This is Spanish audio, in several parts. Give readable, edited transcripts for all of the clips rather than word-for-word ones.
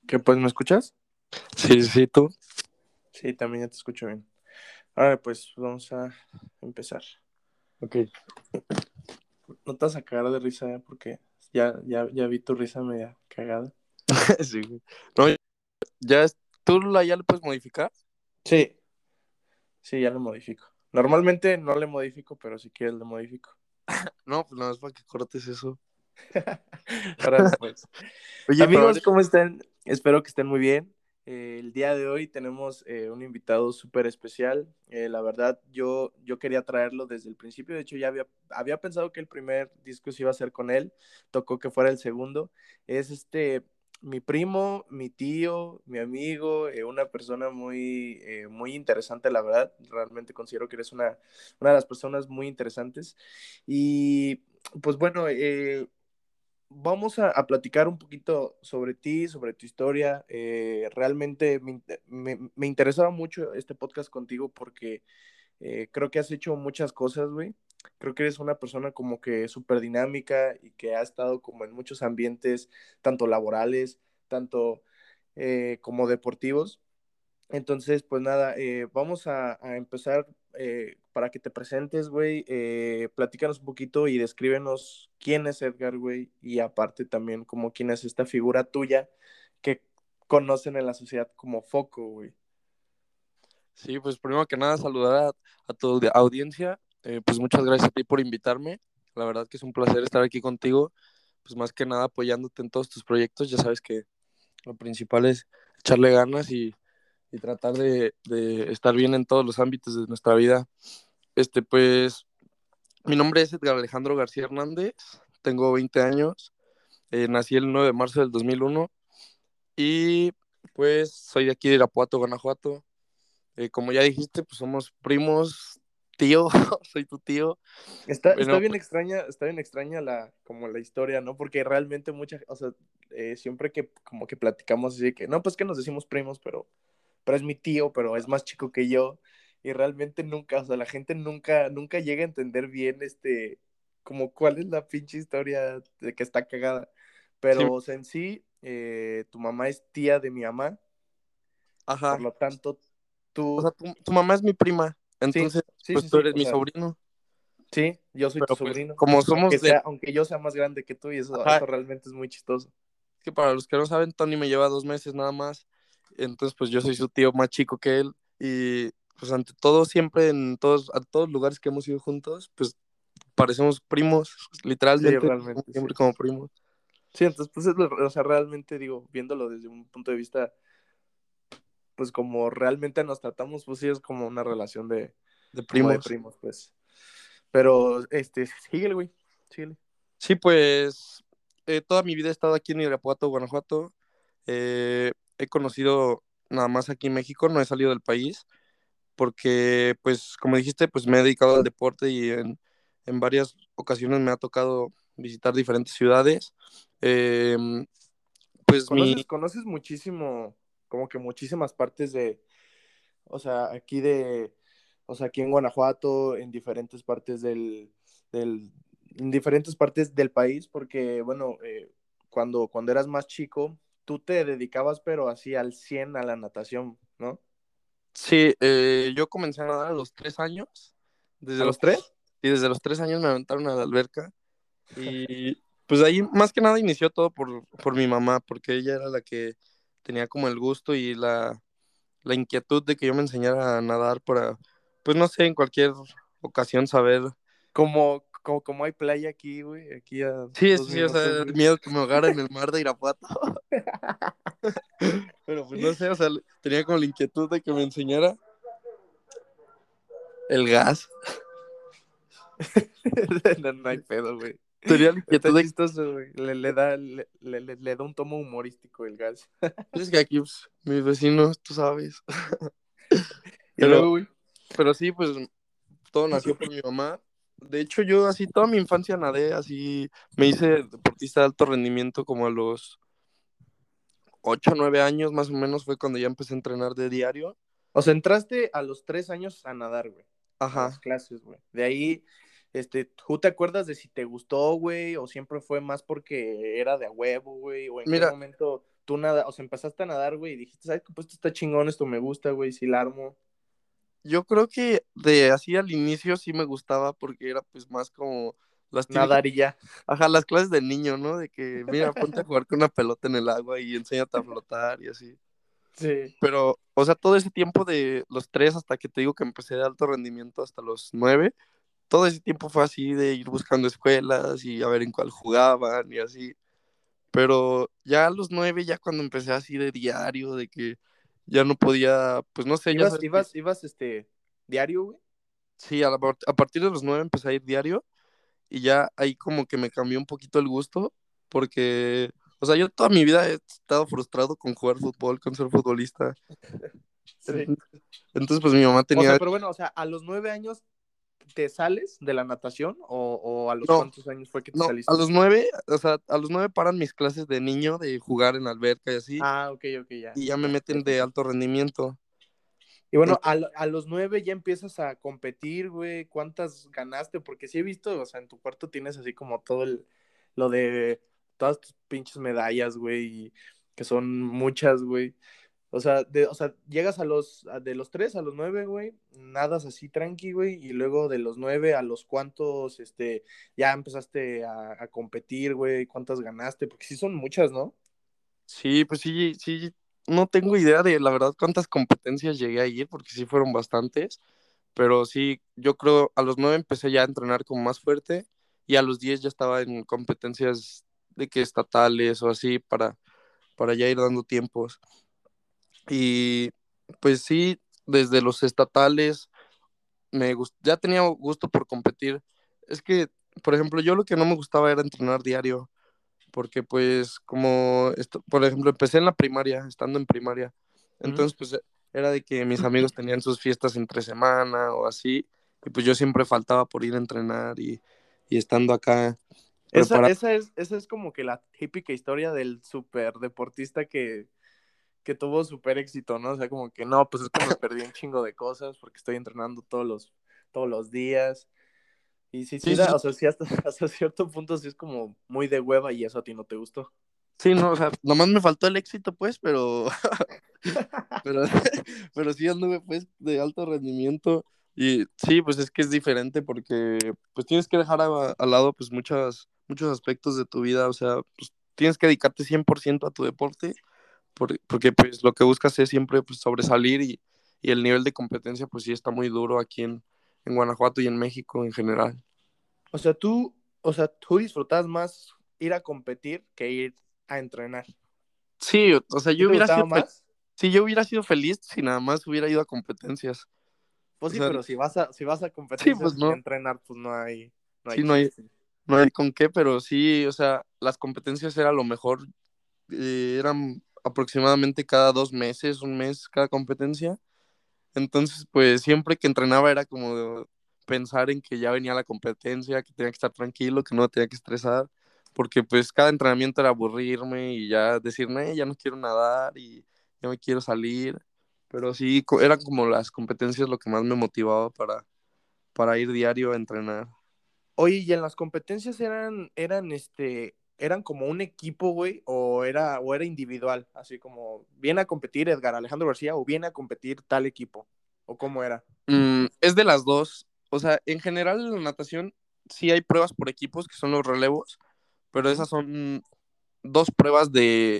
¿Qué pues me escuchas? Sí, sí, tú. Sí, también ya te escucho bien. Ahora pues vamos a empezar. Ok. No te vas a cagar de risa, porque ya vi tu risa media cagada. Sí, güey. No, ya le puedes modificar. Sí, sí, ya lo modifico. Normalmente no le modifico, pero si quieres le modifico. No, pues nada más para que cortes eso. Órale, pues. Oye, pero Amigos, ¿cómo están? Espero que estén muy bien. El día de hoy tenemos un invitado súper especial. La verdad, yo quería traerlo desde el principio. De hecho, ya había pensado que el primer disco se iba a hacer con él. Tocó que fuera el segundo. Es mi primo, mi tío, mi amigo, una persona muy interesante, la verdad. Realmente considero que eres una de las personas muy interesantes. Y pues bueno, vamos a platicar un poquito sobre ti, sobre tu historia. Realmente me interesaba mucho este podcast contigo porque creo que has hecho muchas cosas, güey. Creo que eres una persona como que súper dinámica y que ha estado como en muchos ambientes, tanto laborales, tanto como deportivos. Entonces, pues nada, vamos a empezar para que te presentes, güey. Platícanos un poquito y descríbenos quién es Edgar, güey. Y aparte también como quién es esta figura tuya que conocen en la sociedad como Foco, güey. Sí, pues primero que nada saludar a tu audiencia. Pues muchas gracias a ti por invitarme. La verdad que es un placer estar aquí contigo. Pues más que nada apoyándote en todos tus proyectos. Ya sabes que lo principal es echarle ganas y tratar de estar bien en todos los ámbitos de nuestra vida. Pues mi nombre es Edgar Alejandro García Hernández. Tengo 20 años. Nací el 9 de marzo del 2001. Y pues soy de aquí de Irapuato, Guanajuato. Como ya dijiste, pues somos primos, tío, soy tu tío. Está Bueno, está bien extraña como la historia, ¿no? Porque realmente o sea, siempre que como que platicamos así de que, no, pues que nos decimos primos, pero es mi tío, pero es más chico que yo, y realmente nunca, o sea, la gente nunca llega a entender bien como cuál es la pinche historia de que está cagada. sí, Pero, o sea, en sí, tu mamá es tía de mi mamá, por ajá. lo tanto, O tú, sea, tu mamá es mi prima, sí, entonces, sí, pues sí, tú sí, eres o mi sea, sobrino. sí, yo soy tu Pero pues, sobrino, como somos de, aunque yo sea más grande que tú, y ajá, eso realmente es muy chistoso. es que para los que no saben, Tony me lleva 2 meses nada más. Entonces, pues yo soy su tío más chico que él. Y pues ante todo, siempre a todos lugares que hemos ido juntos, pues parecemos primos, Sí, literalmente, realmente, sí. siempre como primos. Sí, entonces, pues, o sea, realmente digo, viéndolo desde un punto de vista pues como realmente nos tratamos, pues sí es como una relación De como de primos. primos, pues. Pero, síguele, güey, síguele. Sí, pues toda mi vida he estado aquí en Irapuato, Guanajuato. He conocido nada más aquí en México, no he salido del país, porque, pues, como dijiste, pues me he dedicado al deporte y en varias ocasiones me ha tocado visitar diferentes ciudades. Eh, pues mi, Conoces muchísimo, como que muchísimas partes o sea, o sea, aquí en Guanajuato, en diferentes partes en diferentes partes del país, porque, bueno, cuando eras más chico, tú te dedicabas, pero así al 100 a la natación, ¿no? sí, yo comencé a nadar a los 3 años. Desde ¿A los, los 3? y desde los 3 años me aventaron a la alberca. Y pues ahí más que nada inició todo por mi mamá, porque ella era la que tenía como el gusto y la inquietud de que yo me enseñara a nadar para, pues no sé, en cualquier ocasión saber. Como hay playa aquí, güey, aquí a Sí, dos sí, sí, o sea, minutos, el güey. miedo que me ahogara en el mar de Irapuato. Pero pues no sé, o sea, tenía como la inquietud de que me enseñara el gas. No hay pedo, güey. Tenía la Está inquietud de que, chistoso, güey. Le da un tomo humorístico el gas. es que aquí, pues, mis vecinos, tú sabes. Y Pero, luego, güey. pero sí, pues todo nació por mi mamá. De hecho, yo así toda mi infancia nadé, así me hice deportista de alto rendimiento como a los 8 o 9 años más o menos fue cuando ya empecé a entrenar de diario. O sea, entraste a los 3 años a nadar, güey. A las Ajá. clases, güey. De ahí, ¿tú te acuerdas de si te gustó, güey? O siempre fue más porque era de a huevo, güey. O en qué Mira, momento tú nada, o sea, empezaste a nadar, güey, y dijiste, ¿sabes qué? Pues esto está chingón, esto me gusta, güey, si la armo. Yo creo que de así al inicio sí me gustaba porque era pues más como las típicas, Nadar y ya. ajá, las clases de niño, ¿no? De que, mira, ponte a jugar con una pelota en el agua y enséñate a flotar y así. Sí. Pero, o sea, todo ese tiempo de los 3 hasta que te digo que empecé de alto rendimiento hasta los 9, todo ese tiempo fue así de ir buscando escuelas y a ver en cuál jugaban y así. Pero ya a los 9, ya cuando empecé así de diario, de que ya no podía, pues no sé, ya ¿Ibas, sabes que ibas, ibas, diario, güey? sí, a partir de los 9 empecé a ir diario y ya ahí como que me cambió un poquito el gusto porque, o sea, yo toda mi vida he estado frustrado con jugar fútbol, con ser futbolista. Sí. Entonces, pues mi mamá O sea, tenía, pero bueno, o sea, ¿a los 9 años te sales de la natación o a los no, cuántos años fue que te no, a saliste? los 9, o sea, a los 9 paran mis clases de niño, de jugar en alberca y así, Ah, ok, ok, ya. y ya me meten de alto rendimiento. Y bueno, Entonces, a los 9 ya empiezas a competir, güey. ¿Cuántas ganaste? Porque sí he visto, o sea, en tu cuarto tienes así como todo lo de todas tus pinches medallas, güey, y que son muchas, güey. O sea, llegas de los 3 a los 9, güey, nadas así tranqui, güey, y luego de los 9 a los cuántos, ya empezaste a competir, güey, cuántas ganaste, porque sí son muchas, ¿no? sí, pues sí, sí, no tengo idea de la verdad cuántas competencias llegué a ir, porque sí fueron bastantes, pero sí, yo creo a los 9 empecé ya a entrenar como más fuerte y a los 10 ya estaba en competencias de que estatales o así para ya ir dando tiempos. Y pues sí, desde los estatales ya tenía gusto por competir. Es que, por ejemplo, yo lo que no me gustaba era entrenar diario, porque pues como, por ejemplo, empecé en la primaria, estando en primaria, Ujú. entonces pues era de que mis amigos tenían sus fiestas entre semana o así, y pues yo siempre faltaba por ir a entrenar y estando acá Esa, preparado. esa es, esa es como que la típica historia del super deportista que tuvo súper éxito, ¿no? O sea, como que no, pues es que me perdí un chingo de cosas porque estoy entrenando todos los días. Y sí, sí Sí, sí, da, o sea, sí hasta cierto punto sí es como muy de hueva y eso a ti no te gustó. sí, no, o sea, nomás me faltó el éxito, pues, pero, pero sí anduve pues de alto rendimiento y sí, pues es que es diferente porque pues tienes que dejar al lado pues muchos aspectos de tu vida, o sea, pues tienes que dedicarte 100% a tu deporte porque pues lo que buscas es siempre pues sobresalir y el nivel de competencia pues sí está muy duro aquí en Guanajuato y en México en general. O sea, tú disfrutabas más ir a competir que ir a entrenar. Sí, o sea, ¿Sí yo te hubiera gustaba sido feliz, más? si yo hubiera sido feliz si nada más hubiera ido a competencias. Pues O sí, sea, pero si vas a sí, competencias pues sin no, entrenar, pues no hay sí, no hay, chiste. no hay con qué, pero sí, o sea, las competencias era lo mejor, eran aproximadamente cada 2 meses, un mes cada competencia. Entonces, pues siempre que entrenaba era como pensar en que ya venía la competencia, que tenía que estar tranquilo, que no tenía que estresar, porque pues cada entrenamiento era aburrirme y ya decir, no, ya no quiero nadar y ya me quiero salir. Pero sí, eran como las competencias lo que más me motivaba para ir diario a entrenar. Oye, ¿y en las competencias eran como un equipo, güey, o era individual? Así como, ¿viene a competir Edgar Alejandro García o viene a competir tal equipo? ¿O cómo era? Es de las dos. O sea, en general en la natación sí hay pruebas por equipos, que son los relevos, pero Ujú. esas son dos pruebas de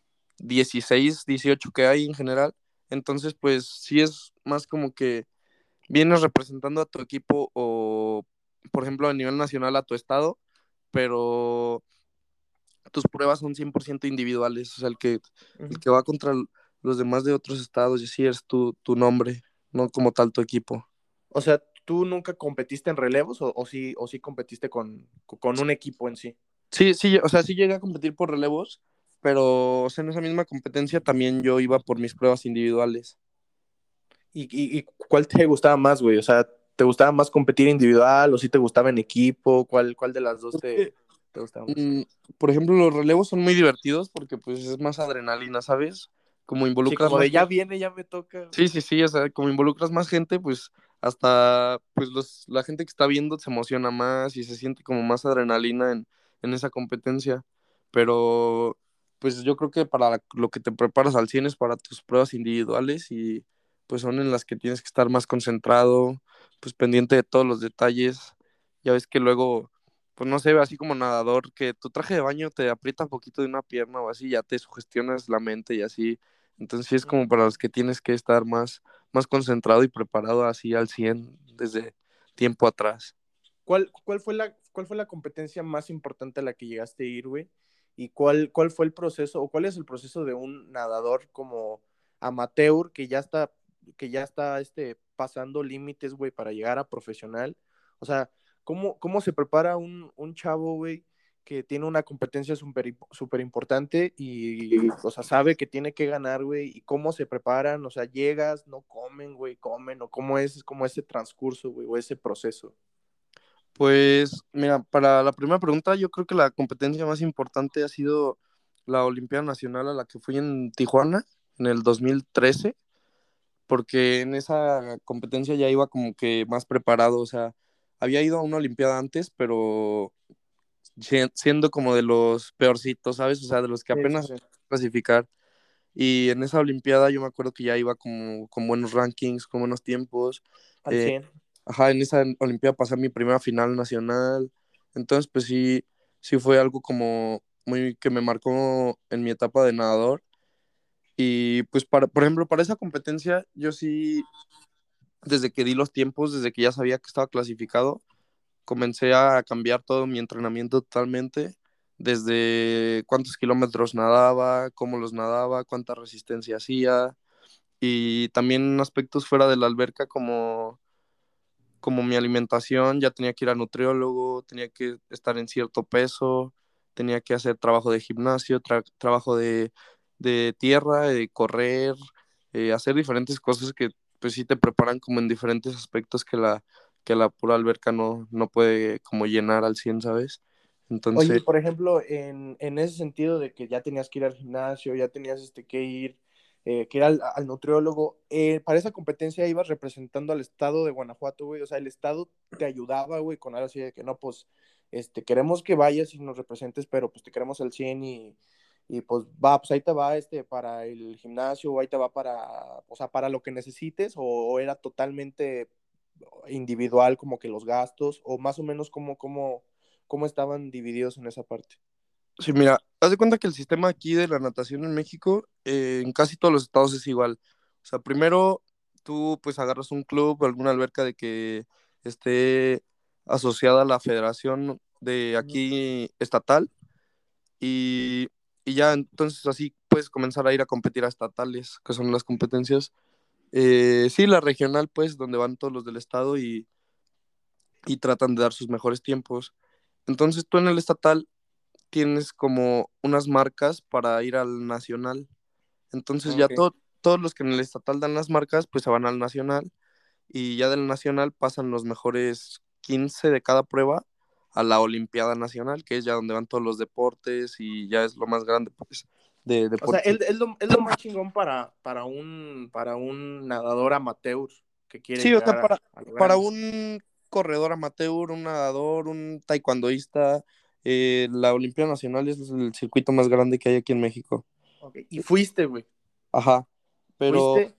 16, 18 que hay en general. Entonces, pues sí es más como que vienes representando a tu equipo o, por ejemplo, a nivel nacional a tu estado, pero tus pruebas son 100% individuales. O sea, el Ujú. que va contra los demás de otros estados, y sí es tu nombre, no como tal tu equipo. O sea, ¿tú nunca competiste en relevos o sí competiste con un equipo en sí? Sí, sí, o sea, sí llegué a competir por relevos, pero o sea, en esa misma competencia también yo iba por mis pruebas individuales. ¿Y cuál te gustaba más, güey? O sea, ¿te gustaba más competir individual o sí te gustaba en equipo? ¿Cuál de las dos Es que, te gustaba más? mm, por ejemplo, los relevos son muy divertidos porque pues es más adrenalina, ¿sabes? Como Sí, involucras como más de ya gente. viene, ya me toca. Sí, sí, sí, o sea, como involucras más gente, pues hasta pues la gente que está viendo se emociona más y se siente como más adrenalina en esa competencia. Pero pues yo creo que para lo que te preparas al 100 es para tus pruebas individuales y pues son en las que tienes que estar más concentrado, pues pendiente de todos los detalles. Ya ves que luego, pues no sé, así como nadador, que tu traje de baño te aprieta un poquito de una pierna o así, ya te sugestionas la mente y así. Entonces sí es como para los que tienes que estar más concentrado y preparado así al 100 desde tiempo atrás. ¿Cuál fue la competencia más importante a la que llegaste a ir, güey? ¿Y cuál fue el proceso, o cuál es el proceso de un nadador como amateur que ya está pasando límites, güey, para llegar a profesional? O sea, ¿cómo se prepara un chavo, güey, que tiene una competencia súper importante y, o sea, sabe que tiene que ganar, güey? ¿Y cómo se preparan? O sea, llegas, no comen, güey, comen, o cómo es como ese transcurso, güey, o ese proceso. Pues mira, para la primera pregunta, yo creo que la competencia más importante ha sido la Olimpiada Nacional a la que fui en Tijuana en el 2013, porque en esa competencia ya iba como que más preparado, o sea, había ido a una Olimpiada antes, pero siendo como de los peorcitos, ¿sabes? O sea, de los que Sí, sí, apenas sí. clasificar. Y en esa Olimpiada yo me acuerdo que ya iba como con buenos rankings, con buenos tiempos. Al eh, 100. Ajá, en esa Olimpiada pasé mi primera final nacional. Entonces, pues sí, sí fue algo como muy que me marcó en mi etapa de nadador. Y pues por ejemplo, para esa competencia, yo sí, desde que di los tiempos, desde que ya sabía que estaba clasificado, comencé a cambiar todo mi entrenamiento totalmente, desde cuántos kilómetros nadaba, cómo los nadaba, cuánta resistencia hacía, y también aspectos fuera de la alberca como mi alimentación, ya tenía que ir a nutriólogo, tenía que estar en cierto peso, tenía que hacer trabajo de gimnasio, trabajo de tierra, de correr, hacer diferentes cosas que pues sí te preparan como en diferentes aspectos que la pura alberca no puede como llenar al 100, ¿sabes? Oye, Entonces, y por ejemplo, en ese sentido de que ya tenías que ir al gimnasio, ya tenías que ir al nutriólogo, para esa competencia ibas representando al estado de Guanajuato, güey. O sea, el estado te ayudaba, güey, con algo así de que no, pues, queremos que vayas y nos representes, pero pues te queremos al 100 y pues va, pues ahí te va para el gimnasio, o ahí te va o sea, para lo que necesites, o era totalmente individual como que los gastos, o más o menos cómo estaban divididos en esa parte. sí, mira, haz de cuenta que el sistema aquí de la natación en México, en casi todos los estados es igual. O sea, primero tú pues agarras un club o alguna alberca de que esté asociada a la federación de Ujú. aquí estatal y, y ya entonces así puedes comenzar a ir a competir a estatales, que son las competencias. Sí, la regional pues, donde van todos los del estado y tratan de dar sus mejores tiempos. Entonces tú en el estatal tienes como unas marcas para ir al nacional. Entonces ya Ok. todos los que en el estatal dan las marcas, pues se van al nacional y ya del nacional pasan los mejores 15 de cada prueba a la Olimpiada Nacional, que es ya donde van todos los deportes y ya es lo más grande, pues, de O sea, deportes. es lo más chingón para un nadador amateur que quiere Sí, o sea, llegar a lo para grande. un corredor amateur, un nadador, un taekwondoísta, la Olimpiada Nacional es el circuito más grande que hay aquí en México. Ok. Y fuiste, güey. Ajá, pero Fuiste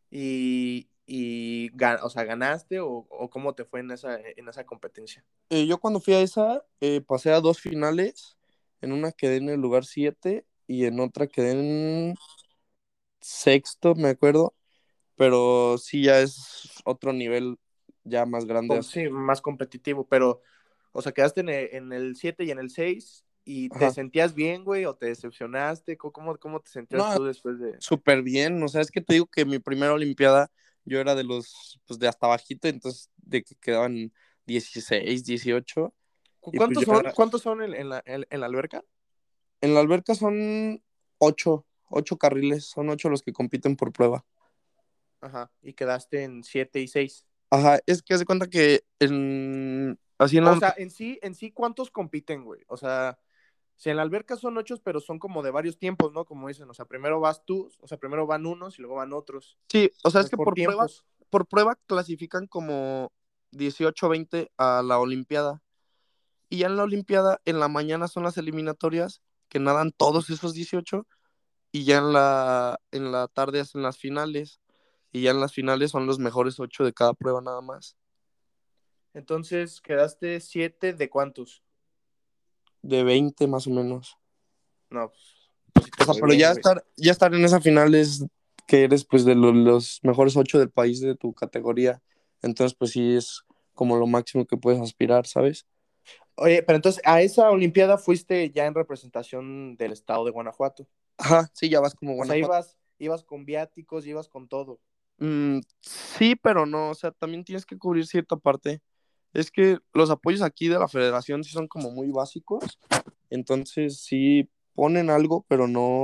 o sea, ¿ganaste o cómo te fue en esa competencia? yo cuando fui a esa, pasé a dos finales. En una quedé en el lugar 7 y en otra quedé en sexto, me acuerdo. Pero sí, ya es otro nivel ya más grande. Sí, más competitivo, pero, o sea, quedaste en el 7 y en el 6 y te Ajá. sentías bien, güey, o te decepcionaste, cómo te sentías No, tú después de... súper bien. O sea, es que te digo que mi primera Olimpiada yo era de los, pues de hasta bajito, entonces de que quedaban 16 18. Y pues yo era, ¿Cuántos son en la alberca? en la alberca son 8 carriles, son 8 los que compiten por prueba. Ajá, y quedaste en 7 y 6. Ajá, es que haz de cuenta que así en O la, sea, en sí, ¿cuántos compiten, güey? O sea, si en la alberca son 8, pero son como de varios tiempos, ¿no? Como dicen, o sea, primero vas tú, o sea, primero van unos y luego van otros. sí, o O sea, sea, es es que por tiempos. por prueba clasifican como 18 20 a la Olimpiada. Y ya en la Olimpiada, en la mañana son las eliminatorias, que nadan todos esos 18 y ya en la tarde hacen las finales y ya en las finales son los mejores 8 de cada prueba nada más, Entonces, ¿quedaste 7 de cuántos? de 20 más o menos. No, pues sí O te sea, fue pero bien, güey. ya estar en esa final es que eres pues de los mejores 8 del país de tu categoría. Entonces, pues sí es como lo máximo que puedes aspirar, ¿sabes? Oye, pero entonces a esa Olimpiada fuiste ya en representación del estado de Guanajuato. Ajá, sí, ya vas como O sea, Guanajuato. ibas con viáticos, ibas con todo. Sí, pero no, o sea, también tienes que cubrir cierta parte. Es que los apoyos aquí de la federación sí son como muy básicos, entonces sí ponen algo, pero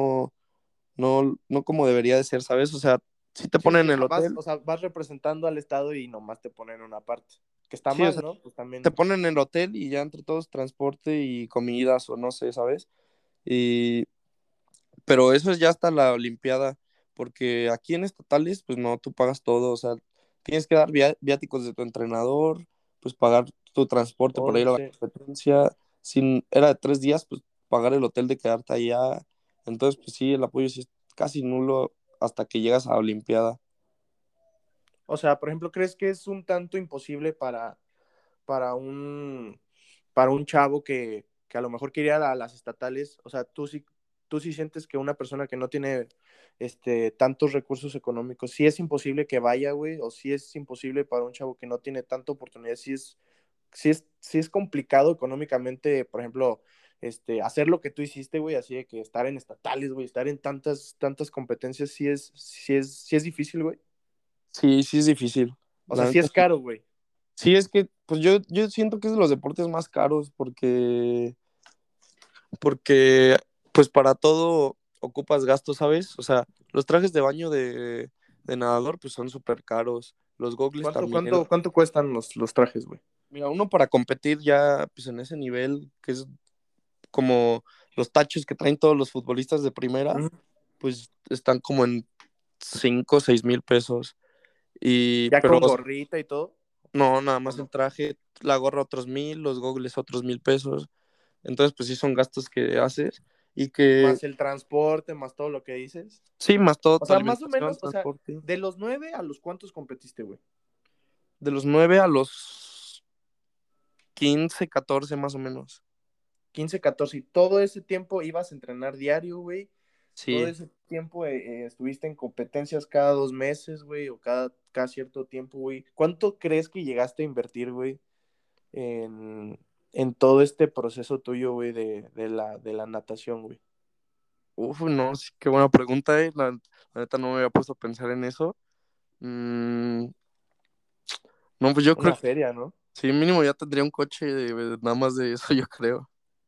no como debería de ser, ¿sabes? O sea, sí te Sí, ponen sí, el hotel, o sea, vas representando al estado y nomás te ponen una parte. Que está sí, o mal, sea, ¿no? Pues te también. ponen el hotel y ya entre todos transporte y comidas o no sé, ¿sabes? Y, pero eso es ya hasta la Olimpiada, porque aquí en estatales, pues no, tú pagas todo, o sea, tienes que dar viáticos de tu entrenador, pues pagar tu transporte para ir a la Once. competencia, si era de 3 días, pues pagar el hotel de quedarte allá, entonces pues sí, el apoyo sí es casi nulo hasta que llegas a la Olimpiada. O sea, por ejemplo, ¿crees que es un tanto imposible para un, para un chavo que a lo mejor quería a las estatales? O sea, tú sí sientes que una persona que no tiene tantos recursos económicos, sí es imposible que vaya, güey, o sí es imposible para un chavo que no tiene tanta oportunidad, sí es complicado económicamente, por ejemplo, hacer lo que tú hiciste, güey, así de que estar en estatales, güey, estar en tantas competencias, sí es difícil, güey. Sí, sí es difícil, O la sea, sí neta es sí. caro, güey. Sí, es que, pues yo siento que es de los deportes más caros porque pues para todo ocupas gastos, ¿sabes? O sea, los trajes de baño de nadador pues son súper caros, los gogles ¿Cuánto, también. cuánto, cuánto cuestan los trajes, güey? Mira, uno para competir ya pues en ese nivel, que es como los tachos que traen todos los futbolistas de primera, Ujú. pues están como en 5 o 6 mil pesos. Ya Pero con gorrita y todo, no, nada ¿o más el no? traje, la gorra otros 1,000, los gogles otros 1,000 pesos. Entonces, pues sí son gastos que haces y que Más el transporte, más todo lo que dices. sí, más todo O tu sea, más o alimentación, menos, o sea, transporte. de los 9 a los cuántos competiste, güey. De los 9 a los 15, 14 más o menos. 15, 14. Y todo ese tiempo ibas a entrenar diario, güey. Todo Sí. ese tiempo estuviste en competencias cada 2 meses, güey, o cada cierto tiempo, güey. ¿Cuánto crees que llegaste a invertir, güey, en todo este proceso tuyo, güey, de la natación, güey? Uf, no, sí, qué buena pregunta, eh. La neta no me había puesto a pensar en eso. Mm, no, pues yo creo Una que feria, ¿no? sí, mínimo ya tendría un coche nada más de eso, yo creo.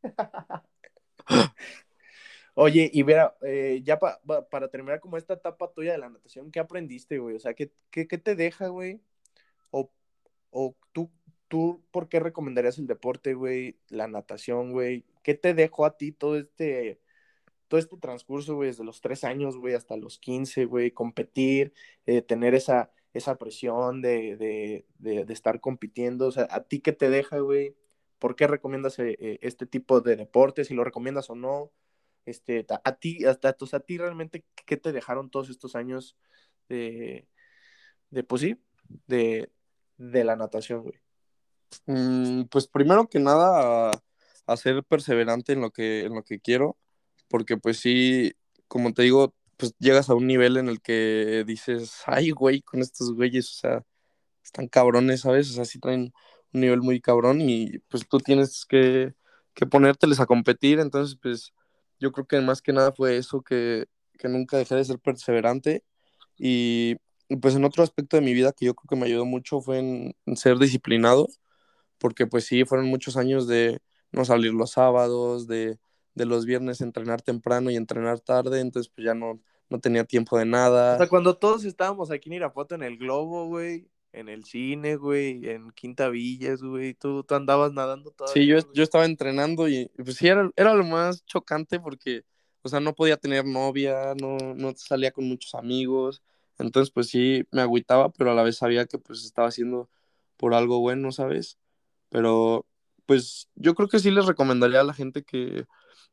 Oye, y Vera, ya para terminar como esta etapa tuya de la natación, ¿qué aprendiste, güey? O sea, ¿qué te deja, güey? O, o tú, ¿por qué recomendarías el deporte, güey? La natación, güey. ¿Qué te dejó a ti todo este transcurso, güey, desde los 3 años, güey, hasta los 15, güey, competir, tener esa presión de estar compitiendo? O sea, ¿a ti qué te deja, güey? ¿Por qué recomiendas este tipo de deportes? Si lo recomiendas o no. A ti, a ti realmente, ¿qué te dejaron todos estos años de, pues sí, de la natación, güey? Pues primero que nada, a ser perseverante en lo que quiero, porque pues sí, como te digo, pues llegas a un nivel en el que dices, ay, güey, con estos güeyes, o sea, están cabrones, ¿sabes? O sea, sí traen un nivel muy cabrón y pues tú tienes que ponérteles a competir, entonces pues yo creo que más que nada fue eso, que nunca dejé de ser perseverante y, pues en otro aspecto de mi vida que yo creo que me ayudó mucho fue en ser disciplinado, porque pues sí, fueron muchos años de no salir los sábados, de los viernes entrenar temprano y entrenar tarde, entonces pues ya no tenía tiempo de O nada. sea, cuando todos estábamos aquí en Irapuato en el Globo, güey, en el cine, güey, en Quinta Villas, güey, tú andabas nadando Sí, yo, todavía, güey. yo estaba entrenando y pues sí, era lo más chocante porque, o sea, no podía tener novia, no salía con muchos amigos, entonces pues sí, me agüitaba, pero a la vez sabía que pues estaba haciendo por algo bueno, ¿sabes? Pero pues yo creo que sí les recomendaría a la gente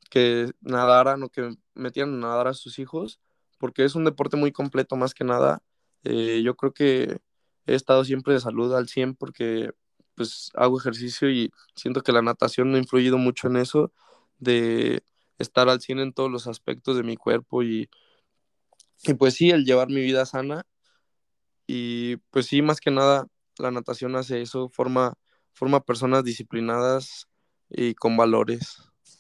que nadaran o que metieran a nadar a sus hijos, porque es un deporte muy completo más que nada. Yo creo que he estado siempre de salud al 100 porque pues hago ejercicio y siento que la natación ha influido mucho en eso, de estar al 100 en todos los aspectos de mi cuerpo y pues sí, el llevar mi vida sana y pues sí, más que nada la natación hace eso, forma personas disciplinadas y con valores.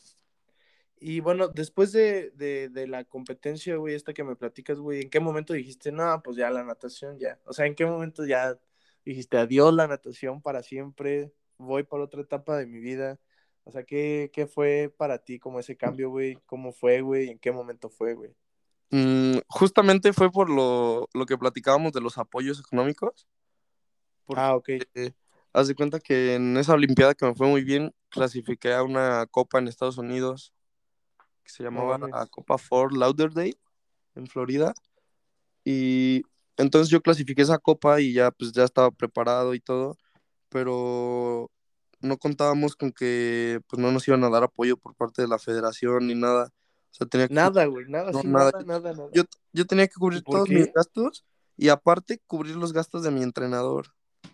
Y bueno, después de la competencia, güey, esta que me platicas, güey, ¿en qué momento dijiste, no, pues ya la natación, ya? O sea, ¿en qué momento ya dijiste, adiós la natación para siempre, voy por otra etapa de mi vida? O sea, ¿qué fue para ti como ese cambio, güey? ¿Cómo fue, güey? ¿En qué momento fue, güey? Justamente fue por lo que platicábamos de los apoyos económicos, porque Ah, ok. haz de cuenta que en esa Olimpiada que me fue muy bien, clasifiqué a una copa en Estados Unidos que se No llamaba la mames. Copa Fort Lauderdale en Florida. Y entonces yo clasifiqué esa copa y ya pues ya estaba preparado y todo, pero no contábamos con que pues no nos iban a dar apoyo por parte de la federación ni nada. O sea, tenía que Nada, güey, nada, no, sí, nada. nada, nada, nada. Yo, yo tenía que ¿Y cubrir por todos mis qué? gastos y aparte cubrir los gastos de mi entrenador.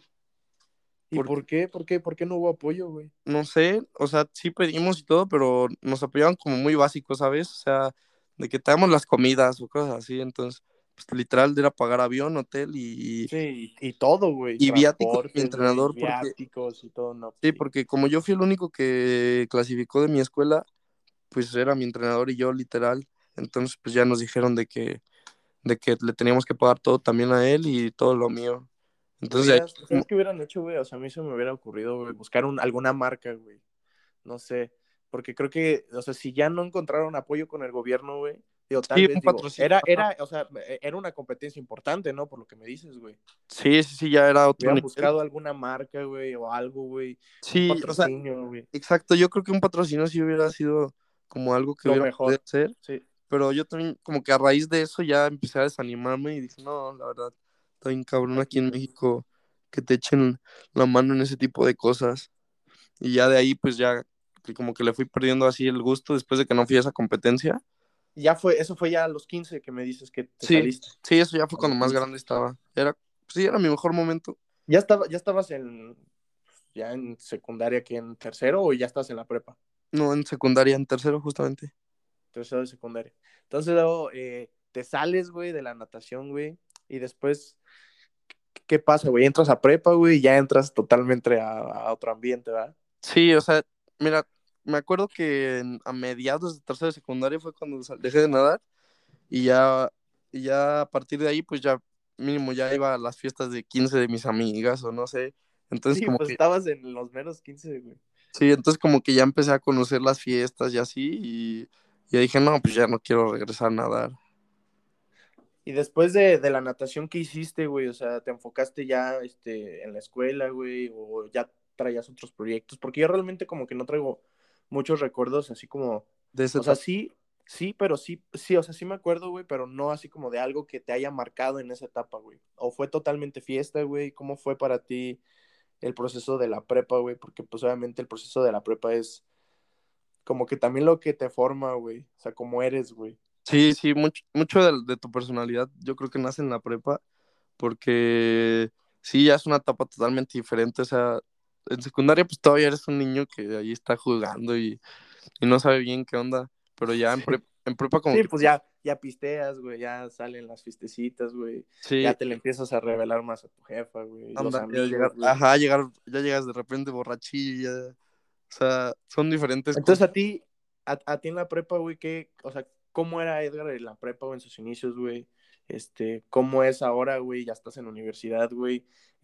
¿Y Porque por qué? ¿Por qué? ¿Por qué no hubo apoyo, güey? no sé, o sea, sí pedimos y todo, pero nos apoyaban como muy básicos, ¿sabes? O sea, de que te damos las comidas o cosas así, entonces, pues literal era pagar avión, hotel Sí, y todo, güey, y viáticos de mi transportes, güey, entrenador, porque, viáticos y todo, no, pues sí, sí. porque como yo fui el único que clasificó de mi escuela, pues era mi entrenador y yo, literal, entonces pues ya nos dijeron de que le teníamos que pagar todo también a él y todo lo mío. Entonces, de ahí, ¿Sabes qué hubieran hecho, güey? O sea, a mí se me hubiera ocurrido, güey, buscar alguna marca, güey. No sé, porque creo que, o sea, si ya no encontraron apoyo con el gobierno, güey, digo, tal sí, vez, un digo, patrocinio. Ajá. o sea, era una competencia importante, ¿no? Por lo que me dices, güey. Sí, sí, sí, ya era otro Hubieran nivel. buscado alguna marca, güey, o algo, güey, un Sí, o sea, patrocinio, güey. exacto, yo creo que un patrocinio sí hubiera sido como algo que Lo hubiera podido mejor, hacer, sí. pero yo también como que a raíz de eso ya empecé a desanimarme y dije, no, la verdad, está bien cabrón aquí Aquí en no. México que te echen la mano en ese tipo de cosas. Y ya de ahí pues ya que como que le fui perdiendo así el gusto después de que no fui a esa competencia. Eso fue ya a los 15 que me dices que te Sí, saliste. sí, eso ya fue A cuando los más 15. grande estaba. Sí, era mi mejor momento. Ya estabas ya en secundaria, que en tercero o ya estás en la prepa? No, en secundaria, en tercero justamente. Tercero de secundaria. Entonces luego te sales, güey, de la natación, güey, y después, ¿qué pasa, güey? Entras a prepa, güey, y ya entras totalmente a otro ambiente, ¿verdad? Sí, o sea, mira, me acuerdo que a mediados de tercero de secundaria fue cuando dejé de nadar y ya a partir de ahí, pues ya mínimo ya iba a las fiestas de 15 de mis amigas o no sé. Entonces Sí, como pues que, estabas en los menos 15, güey. sí, entonces como que ya empecé a conocer las fiestas y así y ya dije, no, pues ya no quiero regresar a nadar. Y después de la natación, ¿qué hiciste, güey? O sea, ¿te enfocaste ya en la escuela, güey? ¿O ya traías otros proyectos? Porque yo realmente como que no traigo muchos recuerdos así como, De esa o sea, etapa. sí, sí, pero sí, o sea, sí me acuerdo, güey, pero no así como de algo que te haya marcado en esa etapa, güey. ¿O fue totalmente fiesta, güey? ¿Cómo fue para ti el proceso de la prepa, güey? Porque pues obviamente el proceso de la prepa es como que también lo que te forma, güey. O sea, cómo eres, güey. Sí, sí, mucho de tu personalidad yo creo que nace en la prepa porque sí, ya es una etapa totalmente diferente, o sea, en secundaria pues todavía eres un niño que ahí está jugando y no sabe bien qué onda, pero ya en prepa como Sí, que pues ya pisteas, güey, ya salen las fiestecitas, güey, ya sí, te le empiezas a revelar más a tu jefa, güey, los anda, ya amigos, llegar, güey. ajá, ya llegas de repente borrachillo, ya, o sea, son diferentes Entonces cosas. a ti en la prepa, güey, o sea, ¿cómo era Edgar en la prepa o en sus inicios, güey? ¿Cómo es ahora, güey? Ya estás en universidad, güey.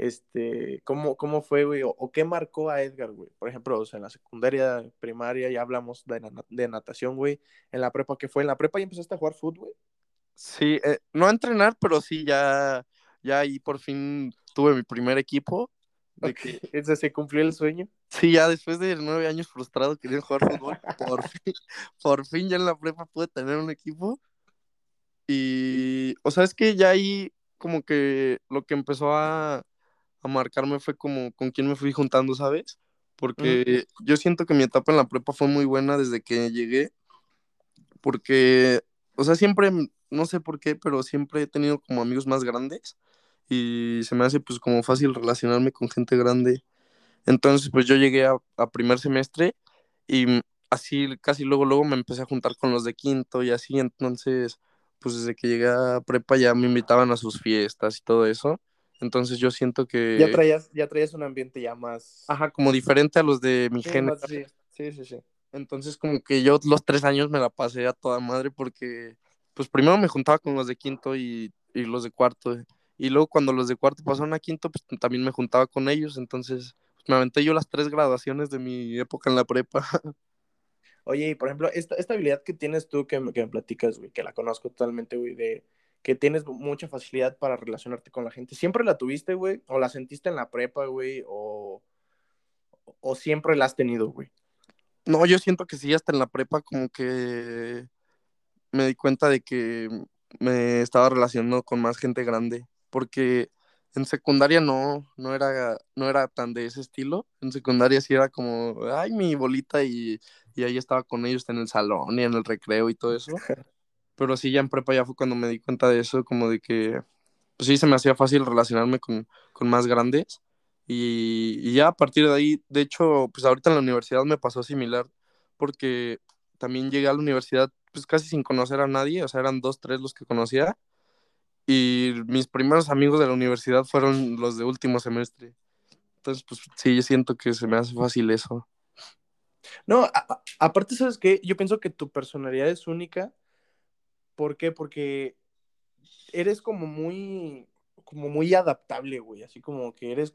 ¿Cómo fue, güey? O qué marcó a Edgar, güey? Por ejemplo, o sea, en la secundaria, primaria, ya hablamos de natación, güey. En la prepa, ¿qué fue? ¿En la prepa ya empezaste a jugar fútbol, güey? Sí, no a entrenar, pero sí ya ahí por fin tuve mi primer equipo, de Ok, que ese se cumplió el sueño. sí, ya después de 9 años frustrado queriendo jugar fútbol, por fin ya en la prepa pude tener un equipo. Y, o sea, es que ya ahí como que lo que empezó a marcarme fue como con quién me fui juntando, ¿sabes? Ujú. Porque yo siento que mi etapa en la prepa fue muy buena desde que llegué, porque, o sea, siempre, no sé por qué, pero siempre he tenido como amigos más grandes y se me hace pues como fácil relacionarme con gente grande. Entonces, pues yo llegué a primer semestre y así casi luego me empecé a juntar con los de quinto y así, entonces, pues desde que llegué a prepa ya me invitaban a sus fiestas y todo eso. Entonces yo siento que, Ya traías un ambiente ya más, ajá, como diferente a los de mi sí, género. más, sí, sí, sí, sí. Entonces como que yo los 3 años me la pasé a toda madre porque, pues primero me juntaba con los de quinto y los de cuarto. Y luego cuando los de cuarto pasaron a quinto, pues también me juntaba con ellos. Entonces, pues, me aventé yo las 3 graduaciones de mi época en la prepa. Oye, y por ejemplo, esta habilidad que tienes tú que me platicas, güey, que la conozco totalmente, güey, de que tienes mucha facilidad para relacionarte con la gente. ¿Siempre la tuviste, güey? ¿O la sentiste en la prepa, güey? ¿O siempre la has tenido, güey? No, yo siento que sí, hasta en la prepa como que me di cuenta de que me estaba relacionando con más gente grande, porque en secundaria no era tan de ese estilo. En secundaria sí era como, ay, mi bolita y ahí estaba con ellos en el salón y en el recreo y todo eso. Pero sí, ya en prepa ya fue cuando me di cuenta de eso, como de que, pues sí, se me hacía fácil relacionarme con más grandes. Y ya a partir de ahí, de hecho, pues ahorita en la universidad me pasó similar, porque también llegué a la universidad pues casi sin conocer a nadie, o sea, eran dos, tres los que conocía, y mis primeros amigos de la universidad fueron los de último semestre. Entonces, pues sí, yo siento que se me hace fácil eso. No, aparte, ¿sabes qué? Yo pienso que tu personalidad es única. ¿Por qué? Porque eres como muy adaptable, güey. Así como que eres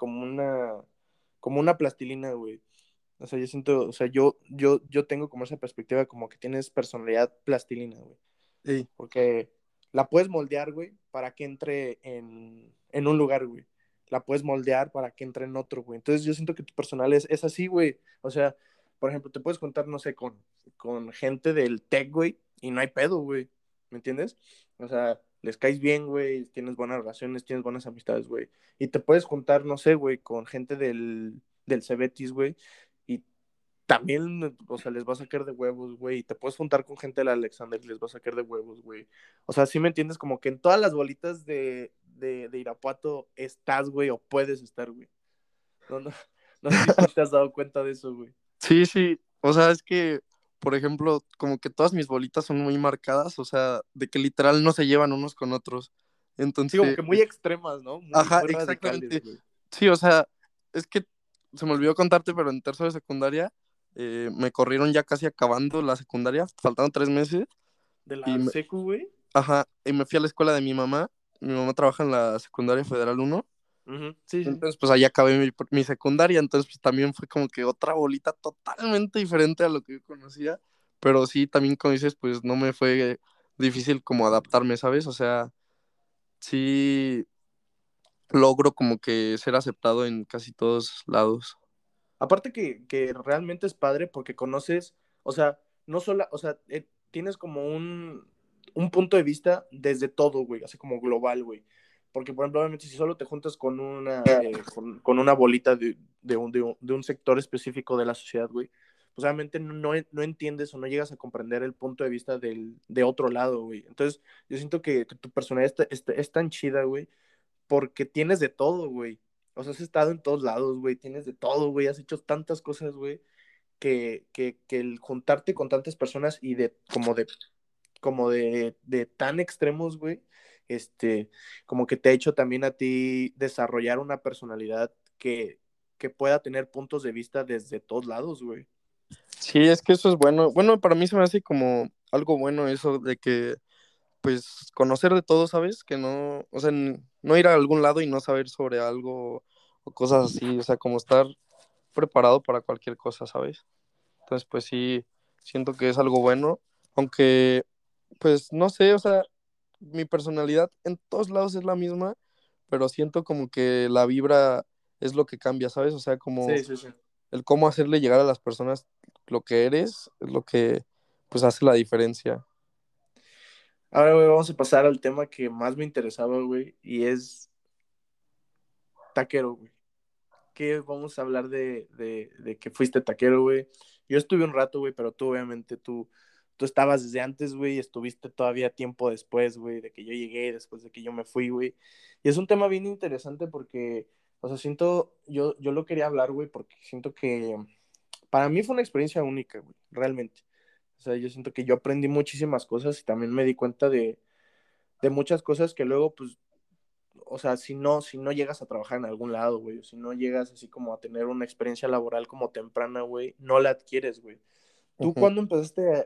como una plastilina, güey. O sea, yo siento, o sea, yo tengo como esa perspectiva como que tienes personalidad plastilina, güey. Sí, Porque la puedes moldear, güey, para que entre en un lugar, güey. La puedes moldear para que entre en otro, güey. Entonces yo siento que tu personal es así, güey. O sea, por ejemplo, te puedes contar, no sé, con gente del tech, güey, y no hay pedo, güey. ¿Me entiendes? O sea, les caes bien, güey, tienes buenas relaciones, tienes buenas amistades, güey. Y te puedes juntar, no sé, güey, con gente del Cebetis, güey, y también, o sea, les vas a caer de huevos, güey. Y te puedes juntar con gente del Alexander y les vas a caer de huevos, güey. O sea, sí me entiendes, como que en todas las bolitas de Irapuato estás, güey, o puedes estar, güey. No, no, no sé si tú te has dado cuenta de eso, güey. sí, sí. O sea, es que, por ejemplo, como que todas mis bolitas son muy marcadas, o sea, de que literal no se llevan unos con otros. Sí, como Entonces, que muy extremas, ¿no? Muy, ajá, muy radicales, exactamente. güey. Sí, o sea, es que se me olvidó contarte, pero en tercero de secundaria me corrieron ya casi acabando la secundaria, faltaban 3 meses, De y la secu, güey. ajá, y me fui a la escuela de mi mamá. Mi mamá trabaja en la secundaria Federal 1. Ujú, sí, sí. Entonces, pues ahí acabé mi secundaria, entonces pues también fue como que otra bolita totalmente diferente a lo que yo conocía, pero sí, también como dices, pues no me fue difícil como adaptarme, ¿sabes? O sea, sí logro como que ser aceptado en casi todos lados. Aparte que realmente es padre porque conoces, o sea, no solo, o sea, tienes como un punto de vista desde todo, güey, así como global, güey. Porque, por ejemplo, obviamente, si solo te juntas con una bolita de un sector específico de la sociedad, güey, pues obviamente no entiendes o no llegas a comprender el punto de vista de otro lado, güey. Entonces, yo siento que tu personalidad es tan chida, güey, porque tienes de todo, güey. O sea, has estado en todos lados, güey, tienes de todo, güey, has hecho tantas cosas, güey, que el juntarte con tantas personas y de tan extremos, güey, como que te ha hecho también a ti desarrollar una personalidad que pueda tener puntos de vista desde todos lados, güey. Sí, es que eso es bueno. Bueno, para mí se me hace como algo bueno eso de que, pues, conocer de todo, ¿sabes? Que no, o sea, no ir a algún lado y no saber sobre algo o cosas así, o sea, como estar preparado para cualquier cosa, ¿sabes? Entonces, pues sí, siento que es algo bueno, aunque, pues, no sé, o sea, mi personalidad en todos lados es la misma, pero siento como que la vibra es lo que cambia, ¿sabes? O sea, como Sí, sí, sí. el cómo hacerle llegar a las personas lo que eres es lo que, pues, hace la diferencia. Ahora, güey, vamos a pasar al tema que más me interesaba, güey, y es taquero, güey. Que vamos a hablar de que fuiste taquero, güey. Yo estuve un rato, güey, pero tú tú estabas desde antes, güey, estuviste todavía tiempo después, güey, de que yo llegué, después de que yo me fui, güey. Y es un tema bien interesante porque, o sea, siento, yo lo quería hablar, güey, porque siento que para mí fue una experiencia única, güey, realmente. O sea, yo siento que yo aprendí muchísimas cosas y también me di cuenta de muchas cosas que luego, pues, o sea, si no llegas a trabajar en algún lado, güey, o si no llegas así como a tener una experiencia laboral como temprana, güey, no la adquieres, güey. ¿Tú Ujú. cuándo empezaste,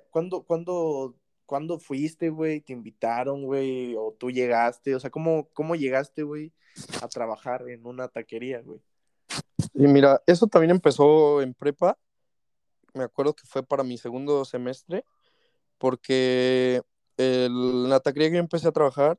cuándo fuiste, güey? ¿Te invitaron, güey? ¿O tú llegaste? O sea, ¿cómo llegaste, güey, a trabajar en una taquería, güey? Y mira, eso también empezó en prepa. Me acuerdo que fue para mi segundo semestre, porque en la taquería que yo empecé a trabajar,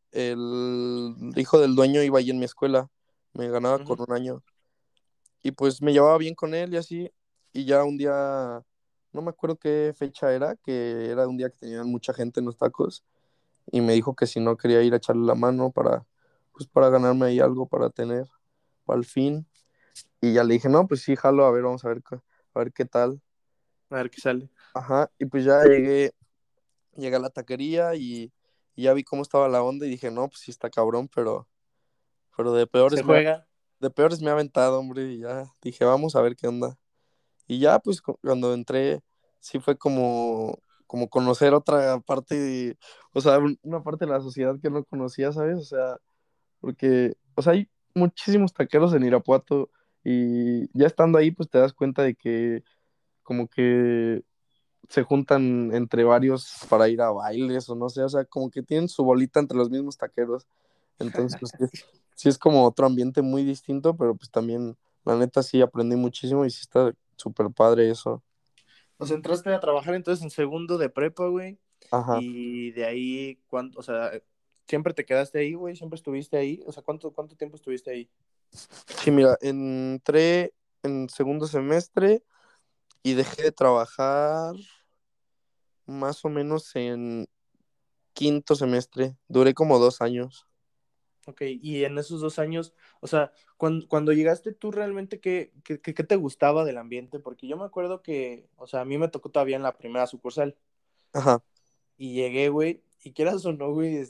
el hijo del dueño iba ahí en mi escuela, me ganaba con Ujú. un año. Y pues me llevaba bien con él y así. Y ya un día, no me acuerdo qué fecha era, que era un día que tenían mucha gente en los tacos. Y me dijo que si no quería ir a echarle la mano para, pues para ganarme ahí algo para tener, para el fin. Y ya le dije, no, pues sí, jalo, a ver, vamos a ver qué tal. A ver qué sale. Ajá, y pues ya llegué a la taquería y ya vi cómo estaba la onda y dije, no, pues sí está cabrón, pero ¿Se juega? de peores me ha aventado, hombre, y ya dije, vamos a ver qué onda. Y ya, pues cuando entré, sí fue como conocer otra parte, o sea, una parte de la sociedad que no conocía, ¿sabes? O sea, porque, o sea, hay muchísimos taqueros en Irapuato y ya estando ahí, pues te das cuenta de que como que se juntan entre varios para ir a bailes o no sé, o sea, como que tienen su bolita entre los mismos taqueros. Entonces, pues sí es como otro ambiente muy distinto, pero pues también, la neta, sí aprendí muchísimo y sí está súper padre eso. O sea, entraste a trabajar entonces en segundo de prepa, güey. Ajá. Y de ahí, o sea, ¿siempre te quedaste ahí, güey? ¿Siempre estuviste ahí? O sea, ¿cuánto tiempo estuviste ahí? Sí, mira, entré en segundo semestre y dejé de trabajar más o menos en quinto semestre. Duré como 2 años. Ok, y en esos 2 años, o sea, cuando llegaste tú realmente, ¿qué te gustaba del ambiente? Porque yo me acuerdo que, o sea, a mí me tocó todavía en la primera sucursal Ajá. y llegué, güey, y quieras o no, güey,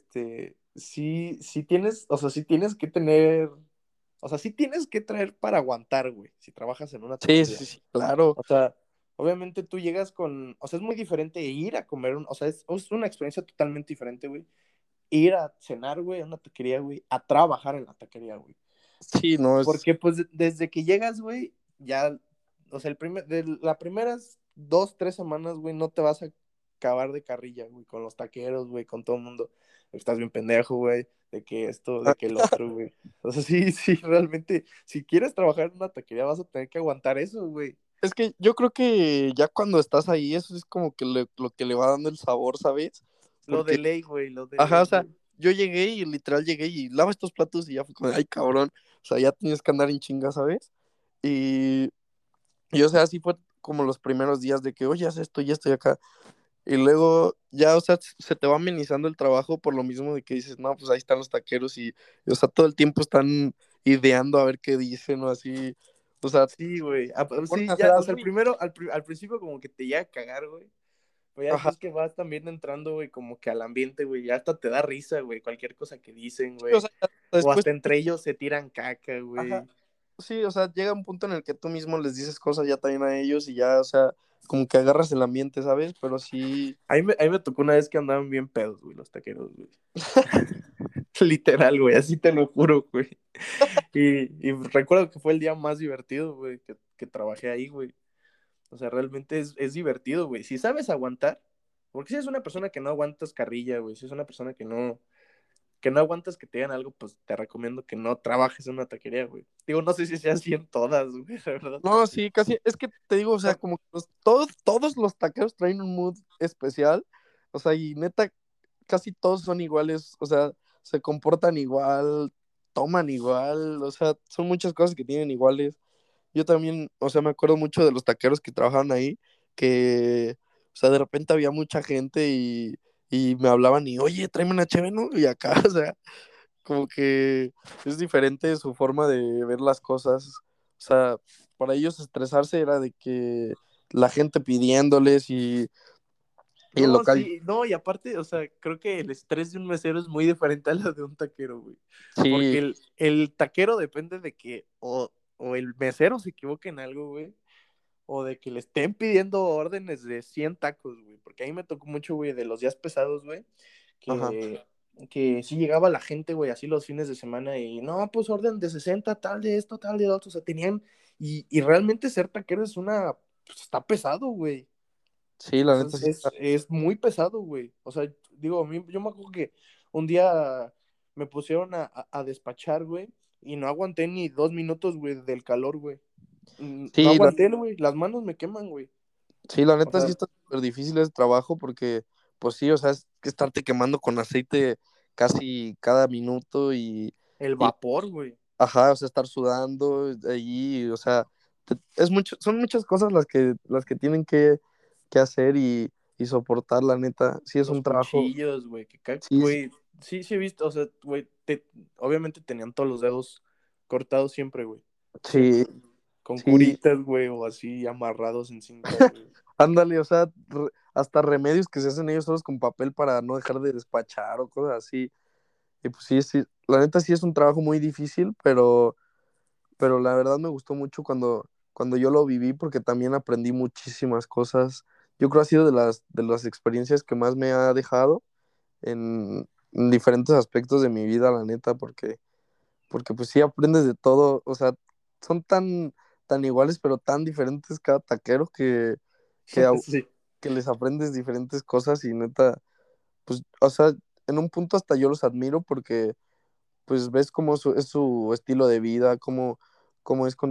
sí tienes, o sea, sí tienes que tener, o sea, sí tienes que traer para aguantar, güey, si trabajas en una Sí, taquería. sí, sí, claro. O sea, obviamente tú llegas o sea, es muy diferente ir a comer, o sea, es una experiencia totalmente diferente, güey. Ir a cenar, güey, a una taquería, güey, a trabajar en la taquería, güey. Sí, no, es. Porque pues desde que llegas, güey, ya, o sea, de las primeras 2, 3 semanas, güey, no te vas a acabar de carrilla, güey, con los taqueros, güey, con todo el mundo. Estás bien pendejo, güey, de que esto, de que el otro, güey. O sea, sí, sí, realmente, si quieres trabajar en una taquería vas a tener que aguantar eso, güey. Es que yo creo que ya cuando estás ahí, eso es como que lo que le va dando el sabor, ¿sabes? Lo de Porque, ley, güey, lo de ajá, o ley, sea, güey. yo llegué y literal llegué y lava estos platos y ya fue como, ay, cabrón, o sea, ya tienes que andar en chinga, ¿sabes? Y, y o sea, así fue como los primeros días de que, oye, haz esto y esto y acá. Y luego ya, o sea, se te va amenizando el trabajo por lo mismo de que dices, no, pues ahí están los taqueros o sea, todo el tiempo están ideando a ver qué dicen o así. O sea, Sí, güey. ponen a Sí, hacer ya, o sea, algo el y, primero, al principio como que te llega a cagar, güey. Pero ya ajá, después que vas también entrando, güey, como que al ambiente, güey, ya hasta te da risa, güey, cualquier cosa que dicen, sí, o güey. sea, O después, hasta entre ellos se tiran caca, ajá, güey. sí, o sea, llega un punto en el que tú mismo les dices cosas ya también a ellos y ya, o sea, como que agarras el ambiente, ¿sabes? Pero sí, A mí me tocó una vez que andaban bien pedos, güey, los taqueros, güey. Literal, güey, así te lo juro, güey. Y recuerdo que fue el día más divertido, güey, que trabajé ahí, güey. O sea, realmente es divertido, güey. Si sabes aguantar, porque si es una persona que no aguantas carrilla, güey, si es una persona que no aguantas que te digan algo, pues te recomiendo que no trabajes en una taquería, güey. Digo, no sé si sea así en todas, güey, la verdad. no, sí, casi, es que te digo, o sea, Por- como que todos los taqueros traen un mood especial, o sea, y neta, casi todos son iguales, o sea, se comportan igual, toman igual, o sea, son muchas cosas que tienen iguales. Yo también, o sea, me acuerdo mucho de los taqueros que trabajaban ahí, que, o sea, de repente había mucha gente y me hablaban y, oye, tráeme una cheve, ¿no? Y acá, o sea, como que es diferente su forma de ver las cosas. O sea, para ellos estresarse era de que la gente pidiéndoles Y el No, local, sí, no, y aparte, o sea, creo que el estrés de un mesero es muy diferente a lo de un taquero, güey. sí, Porque el taquero depende de que o el mesero se equivoque en algo, güey, o de que le estén pidiendo órdenes de 100 tacos, güey. Porque a mí me tocó mucho, güey, de los días pesados, güey, ajá. que, que sí llegaba la gente, güey, así los fines de semana y no, pues orden de 60 tal de esto, tal de otro. O sea, tenían, y realmente ser taquero es pues está pesado, güey. Sí, O la sea, neta sí está. es muy pesado, güey. O sea, digo, a mí, yo me acuerdo que un día me pusieron a despachar, güey, y no aguanté ni 2 minutos, güey, del calor, güey. No Sí, aguanté, güey. Las manos me queman, güey. sí, la O neta sí sea, está súper difícil ese trabajo porque, pues sí, o sea, es que estarte quemando con aceite casi cada minuto el y vapor, güey. ajá, o sea, estar sudando allí, o sea, son muchas cosas las que tienen que hacer y soportar, la neta. Sí, es Los un trabajo, cuchillos, güey. sí, Güey, sí, sí he visto. O sea, güey, obviamente tenían todos los dedos cortados siempre, güey. sí, Siempre. Con sí, curitas, güey, o así amarrados en cintas, güey. ándale, o sea, hasta remedios que se hacen ellos solos con papel para no dejar de despachar o cosas así. Y pues sí, sí, la neta sí es un trabajo muy difícil, pero la verdad me gustó mucho cuando yo lo viví porque también aprendí muchísimas cosas. Yo creo que ha sido de las experiencias que más me ha dejado en diferentes aspectos de mi vida, la neta, porque pues sí aprendes de todo, o sea, son tan iguales pero tan diferentes cada taquero que, au- Sí. que les aprendes diferentes cosas y neta, pues, o sea, en un punto hasta yo los admiro porque pues ves cómo es su estilo de vida, cómo es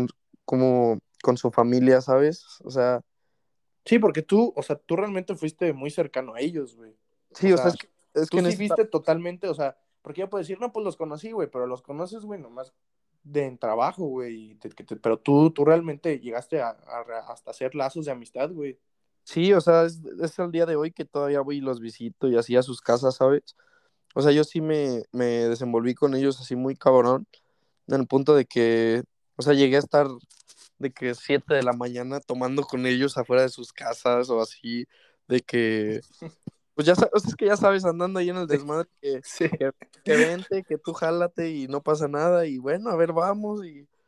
con su familia, ¿sabes? O sea, Sí, porque tú, o sea, tú realmente fuiste muy cercano a ellos, güey. O sí, o sea, sea, es que tú en sí ese viste totalmente, o sea, porque ya puedes decir, no, pues los conocí, güey, pero los conoces, güey, nomás de en trabajo, güey. Pero tú realmente llegaste hasta hacer lazos de amistad, güey. sí, o sea, es el día de hoy que todavía voy y los visito y así a sus casas, ¿sabes? O sea, yo sí me desenvolví con ellos así muy cabrón, en el punto de que, o sea, llegué a estar de que 7 de la mañana tomando con ellos afuera de sus casas o así, de que pues ya sabes, es que ya sabes, andando ahí en el Sí, desmadre, sí. que vente, que tú jálate y no pasa nada, y bueno, a ver, vamos,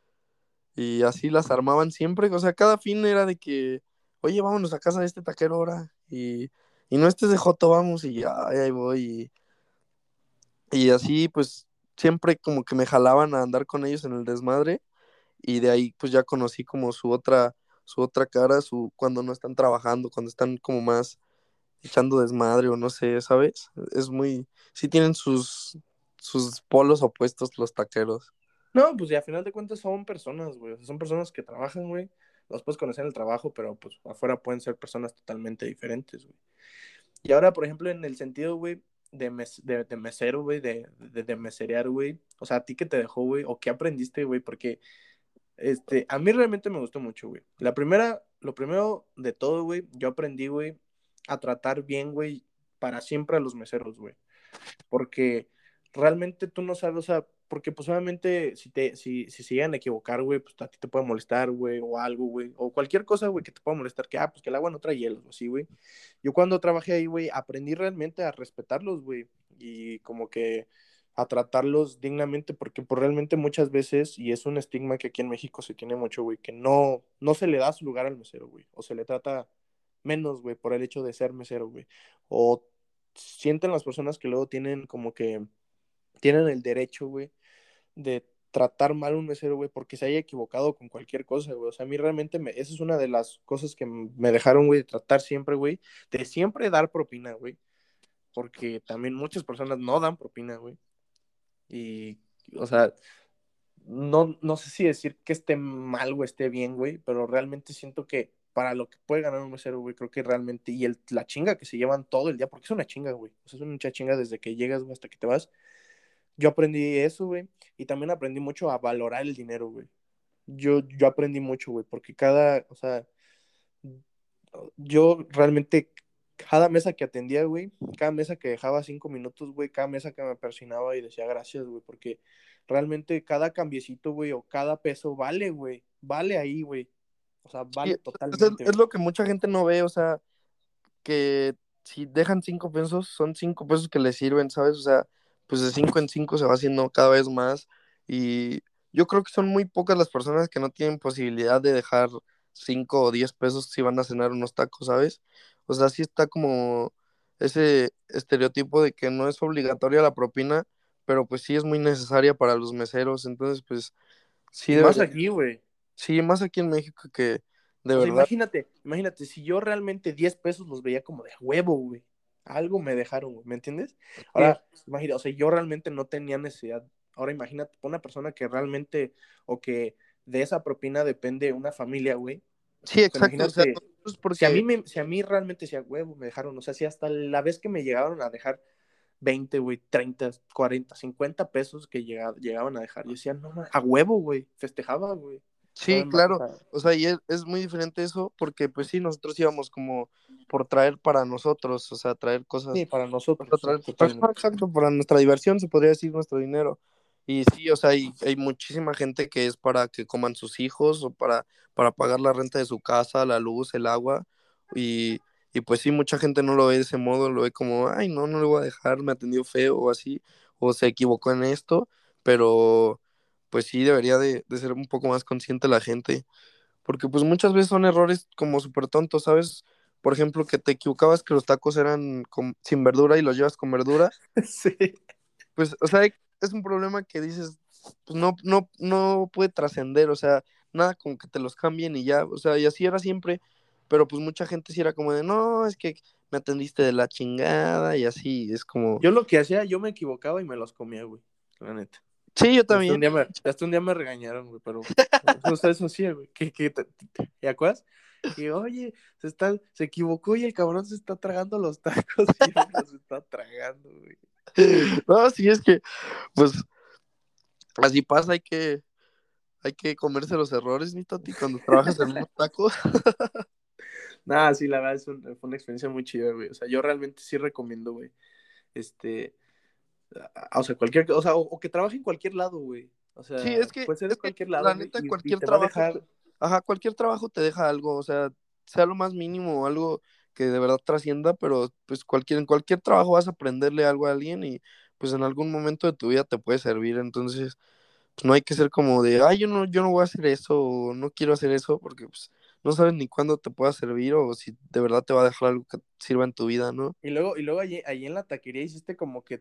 y así las armaban siempre, o sea, cada fin era de que, oye, vámonos a casa de este taquero ahora, y no estés de joto, vamos, y ya, ahí voy, y así, pues, siempre como que me jalaban a andar con ellos en el desmadre, y de ahí, pues, ya conocí como su otra cara, cuando no están trabajando, cuando están como más echando desmadre o no sé, ¿sabes? Es muy, sí tienen sus polos opuestos los taqueros. No, pues y a final de cuentas son personas, güey. O sea, son personas que trabajan, güey. Los puedes conocer en el trabajo, pero pues afuera pueden ser personas totalmente diferentes, güey. Y ahora, por ejemplo, en el sentido, güey, de mesero, güey, de meserear, güey. O sea, ¿a ti qué te dejó, güey? ¿O qué aprendiste, güey? Porque, a mí realmente me gustó mucho, güey. Lo primero de todo, güey, yo aprendí, güey, a tratar bien, güey, para siempre a los meseros, güey. Porque realmente tú no sabes, o sea, porque pues obviamente si se llegan a equivocar, güey, pues a ti te puede molestar, güey, o algo, güey, o cualquier cosa, güey, que te pueda molestar, pues que el agua no trae hielo, o así, güey. Yo cuando trabajé ahí, güey, aprendí realmente a respetarlos, güey, y como que a tratarlos dignamente, porque pues realmente muchas veces, y es un estigma que aquí en México se tiene mucho, güey, que no se le da su lugar al mesero, güey, o se le trata menos, güey, por el hecho de ser mesero, güey, o sienten las personas que luego tienen como que tienen el derecho, güey, de tratar mal a un mesero, güey, porque se haya equivocado con cualquier cosa, güey. O sea, a mí realmente esa es una de las cosas que me dejaron, güey, de tratar siempre, güey, de siempre dar propina, güey, porque también muchas personas no dan propina, güey. Y, o sea, no sé si decir que esté mal o esté bien, güey, pero realmente siento que para lo que puede ganar un mesero, güey, creo que realmente, y la chinga que se llevan todo el día, porque es una chinga, güey, o sea, es una chinga desde que llegas, güey, hasta que te vas. Yo aprendí eso, güey, y también aprendí mucho a valorar el dinero, güey. Yo aprendí mucho, güey, porque o sea, yo realmente, cada mesa que atendía, güey, cada mesa que dejaba 5 minutos, güey, cada mesa que me persinaba y decía gracias, güey, porque realmente cada cambiecito, güey, o cada peso vale, güey, vale ahí, güey. O sea, Sí, vale totalmente, es güey. lo que mucha gente no ve, o sea, que si dejan 5 pesos, son 5 pesos que les sirven, ¿sabes? O sea, pues de 5 en 5 se va haciendo cada vez más y yo creo que son muy pocas las personas que no tienen posibilidad de dejar 5 o 10 pesos si van a cenar unos tacos, ¿sabes? O sea, sí está como ese estereotipo de que no es obligatoria la propina, pero pues sí es muy necesaria para los meseros, entonces pues sí Y más debería, aquí, güey. sí, más aquí en México que de O sea, verdad, imagínate, si yo realmente 10 pesos los veía como de huevo, güey. Algo me dejaron, güey, ¿me entiendes? sí, Ahora, imagínate, o sea, yo realmente no tenía necesidad. Ahora imagínate, una persona que realmente, o que de esa propina depende una familia, güey. sí, O sea, exacto, o sea, imagínate, nosotros porque si a mí realmente decía huevo, me dejaron, o sea, si hasta la vez que me llegaron a dejar 20 güey, 30 40 50 pesos que llegaban a dejar, yo decía, no, a huevo, güey, festejaba, güey. O sea, sí, claro, o sea, y es muy diferente eso porque pues sí, nosotros íbamos como por traer para nosotros, o sea, traer sí, cosas, para o sea, nosotros, sí, traer, ajá, totalmente. exacto, para nuestra diversión, se podría decir nuestro dinero. Y sí, o sea, hay muchísima gente que es para que coman sus hijos o para pagar la renta de su casa, la luz, el agua. Y, y pues sí, mucha gente no lo ve de ese modo, lo ve como, ay, no, no le voy a dejar, me atendió feo o así, o se equivocó en esto, pero pues sí debería de ser un poco más consciente la gente, porque pues muchas veces son errores como súper tontos, ¿sabes? Por ejemplo, que te equivocabas que los tacos eran sin verdura y los llevas con verdura, Sí. pues, o sea, es un problema que dices, pues no puede trascender, o sea, nada como que te los cambien y ya, o sea, y así era siempre, pero pues mucha gente sí era como de, no, es que me atendiste de la chingada y así, es como, Yo lo que hacía, yo me equivocaba y me los comía, güey, la neta. sí, yo Y hasta también, hasta un día me regañaron, güey, pero, o sea, eso sí, güey, ¿te acuerdas? Que, oye, se equivocó y el cabrón se está tragando los tacos y yo me los está tragando, güey. no, sí, es que, pues, así pasa, hay que comerse los errores, mi Toti, cuando trabajas en unos tacos. Nada, sí, la verdad fue una experiencia muy chida, güey. O sea, yo realmente sí recomiendo, güey. Este, o sea, o que trabaje en cualquier lado, güey. O Sí, sea, puede ser en es que cualquier la lado, güey, neta, y te va a dejar. ajá, cualquier trabajo te deja algo, o sea, sea lo más mínimo o algo que de verdad trascienda, pero pues en cualquier trabajo vas a aprenderle algo a alguien y pues en algún momento de tu vida te puede servir, entonces pues no hay que ser como de, ay, yo no voy a hacer eso o no quiero hacer eso, porque pues no sabes ni cuándo te pueda servir o si de verdad te va a dejar algo que sirva en tu vida, ¿no? Y luego allí en la taquería hiciste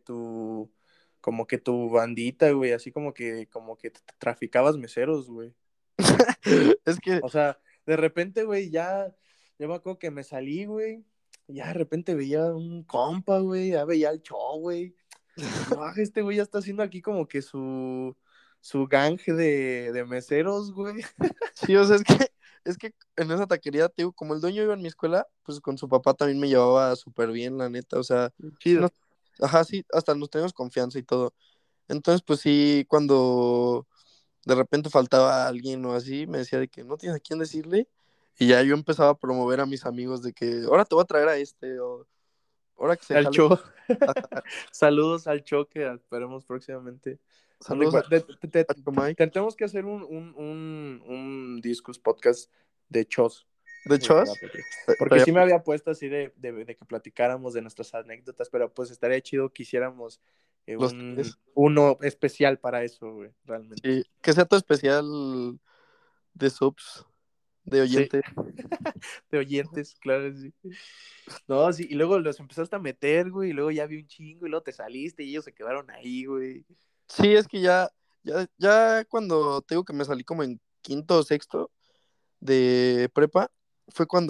como que tu bandita, güey, así como que traficabas meseros, güey. Es que O sea, de repente, güey, yo me acuerdo que me salí, güey, y ya de repente veía un compa, güey, ya veía el show, güey. Y yo, este güey ya está haciendo aquí como que su gang de meseros, güey. sí, o sea, es que en esa taquería, te digo, como el dueño iba en mi escuela, pues con su papá también me llevaba súper bien, la neta, o sea, sí Chido. ajá, sí, hasta nos tenemos confianza y todo. Entonces, pues sí, cuando de repente faltaba alguien o así, me decía de que no tienes a quién decirle, y ya yo empezaba a promover a mis amigos de que ahora te voy a traer a este, o ahora que se Al jale, show. Saludos al show que esperemos próximamente. saludos a Mike. Tenemos que hacer un Discus podcast de shows, De güey, hecho, porque sí me había puesto así de que platicáramos de nuestras anécdotas, pero pues estaría chido que hiciéramos los tres. uno especial para eso, güey, realmente. Sí, que sea tu especial de subs, de Sí, oyente. de oyentes, claro, sí. No, sí, y luego los empezaste a meter, güey, y luego ya vi un chingo, y luego te saliste y ellos se quedaron ahí, güey. Sí, es que ya cuando te digo que me salí como en quinto o sexto de prepa, fue cuando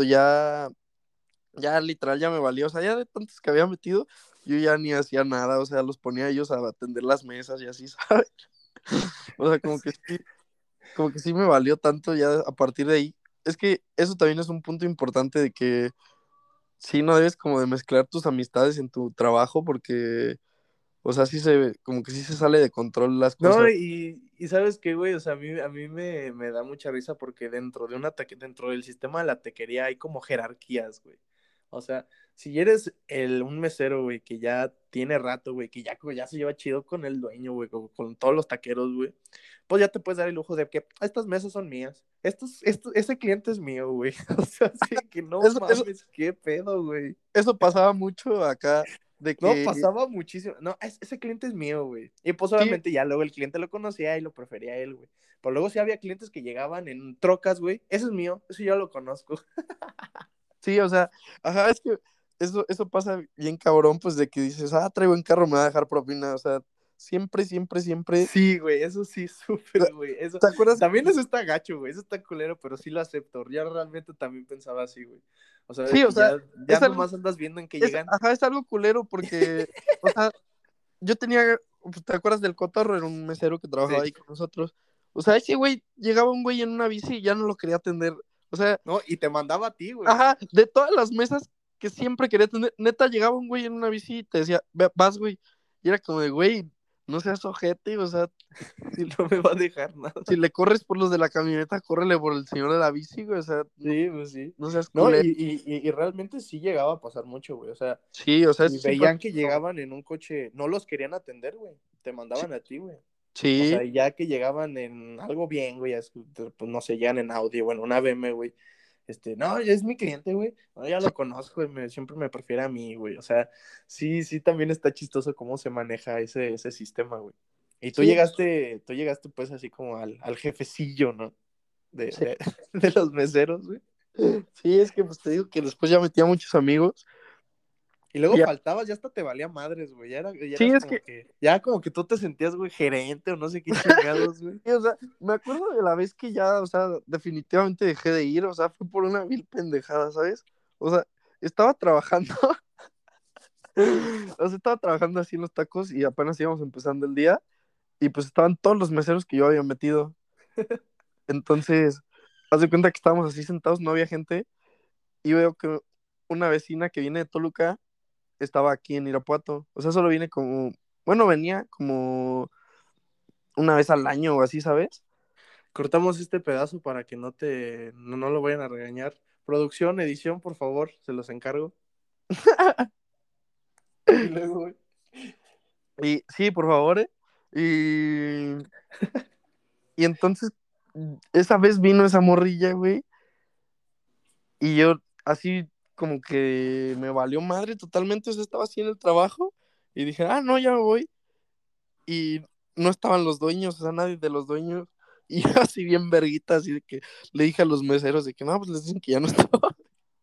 ya literal ya me valió, o sea, ya de tantos que había metido, yo ya ni hacía nada, o sea, los ponía a ellos a atender las mesas y así, ¿sabes? O sea, como que sí me valió tanto ya a partir de ahí. Es que eso también es un punto importante de que sí, no debes como de mezclar tus amistades en tu trabajo porque, o sea, como que sí se sale de control las No, cosas. y sabes qué, güey, o sea, a mí me da mucha risa porque dentro del sistema de la taquería hay como jerarquías, güey. O sea, si eres un mesero, güey, que ya tiene rato, güey, que ya se lleva chido con el dueño, güey, con todos los taqueros, güey, pues ya te puedes dar el lujo de que estas mesas son mías. Ese cliente es mío, güey. O sea, sí, que no Eso, eso, mames, qué pedo, güey. eso pasaba mucho acá, de No, que pasaba muchísimo. No, ese cliente es mío, güey. Y pues sí, obviamente ya luego el cliente lo conocía y lo prefería a él, güey. Pero luego sí había clientes que llegaban en trocas, güey. Ese es mío, eso ya lo conozco. sí, o sea, ajá, es que eso pasa bien cabrón, pues de que dices, traigo en carro, me va a dejar propina, o sea, siempre, siempre, siempre. Sí, güey, eso sí, súper, güey. Eso, ¿Te acuerdas? también eso está gacho, güey. Eso está culero, pero sí lo acepto. Yo realmente también pensaba así, güey. O sea, de Sí, o que sea, ya es algo, nomás andas viendo en que llegan. es algo culero porque, o sea, yo tenía, pues, ¿te acuerdas del Cotorro? Era un mesero que trabajaba Sí. ahí con nosotros. O sea, ese güey, llegaba un güey en una bici y ya no lo quería atender. O sea, No, y te mandaba a ti, güey. ajá, de todas las mesas que siempre quería atender, neta, llegaba un güey en una bici y te decía, Vas, güey." Y era como de, güey, no seas ojete, o sea, si, No me va a dejar nada. si le corres por los de la camioneta, córrele por el señor de la bici, güey, o sea, no, Sí, pues sí. no seas No, culero. y realmente sí llegaba a pasar mucho, güey. O sea, Sí, o sea, si eso sí pasa. veían que llegaban en un coche, no los querían atender, güey. Te Sí, mandaban a ti, güey. O sí, sea, ya que llegaban en algo bien, güey, pues no sé, llegan en Audi, bueno, una BM, güey. No, ya es mi cliente, güey. No, ya sí, lo conozco, güey. Siempre me prefiere a mí, güey. O sea, sí, sí, también está chistoso cómo se maneja ese sistema, güey. Y sí, tú llegaste pues así como al jefecillo, ¿no? De, sí. de, de los meseros, güey. Sí, es que pues te digo que después ya metía muchos amigos. Y luego Y ya, faltabas, ya hasta te valía madres, güey. Ya sí, eras es como que, que, ya como que tú te sentías, güey, gerente o no sé qué chingados, güey. sí, o sea, me acuerdo de la vez que ya, o sea, definitivamente dejé de ir, o sea, fue por una vil pendejada, ¿sabes? O sea, estaba trabajando, o sea, estaba trabajando así en los tacos y apenas íbamos empezando el día y pues estaban todos los meseros que yo había metido. Entonces, haz de cuenta que estábamos así sentados, no había gente y veo que una vecina que viene de Toluca estaba aquí en Irapuato. O sea, solo viene como, bueno, venía como una vez al año o así, ¿sabes? Cortamos este pedazo para que no lo vayan a regañar. Producción, edición, por favor, se los encargo. Y luego, güey. Y sí, por favor, ¿eh? Y, y entonces, esa vez vino esa morrilla, güey, y yo así como que me valió madre totalmente, o sea, estaba así en el trabajo y dije, no, ya me voy. Y no estaban los dueños, o sea, nadie de los dueños. Y yo así bien verguita, así de que le dije a los meseros de que no, pues les dicen que ya no estaba.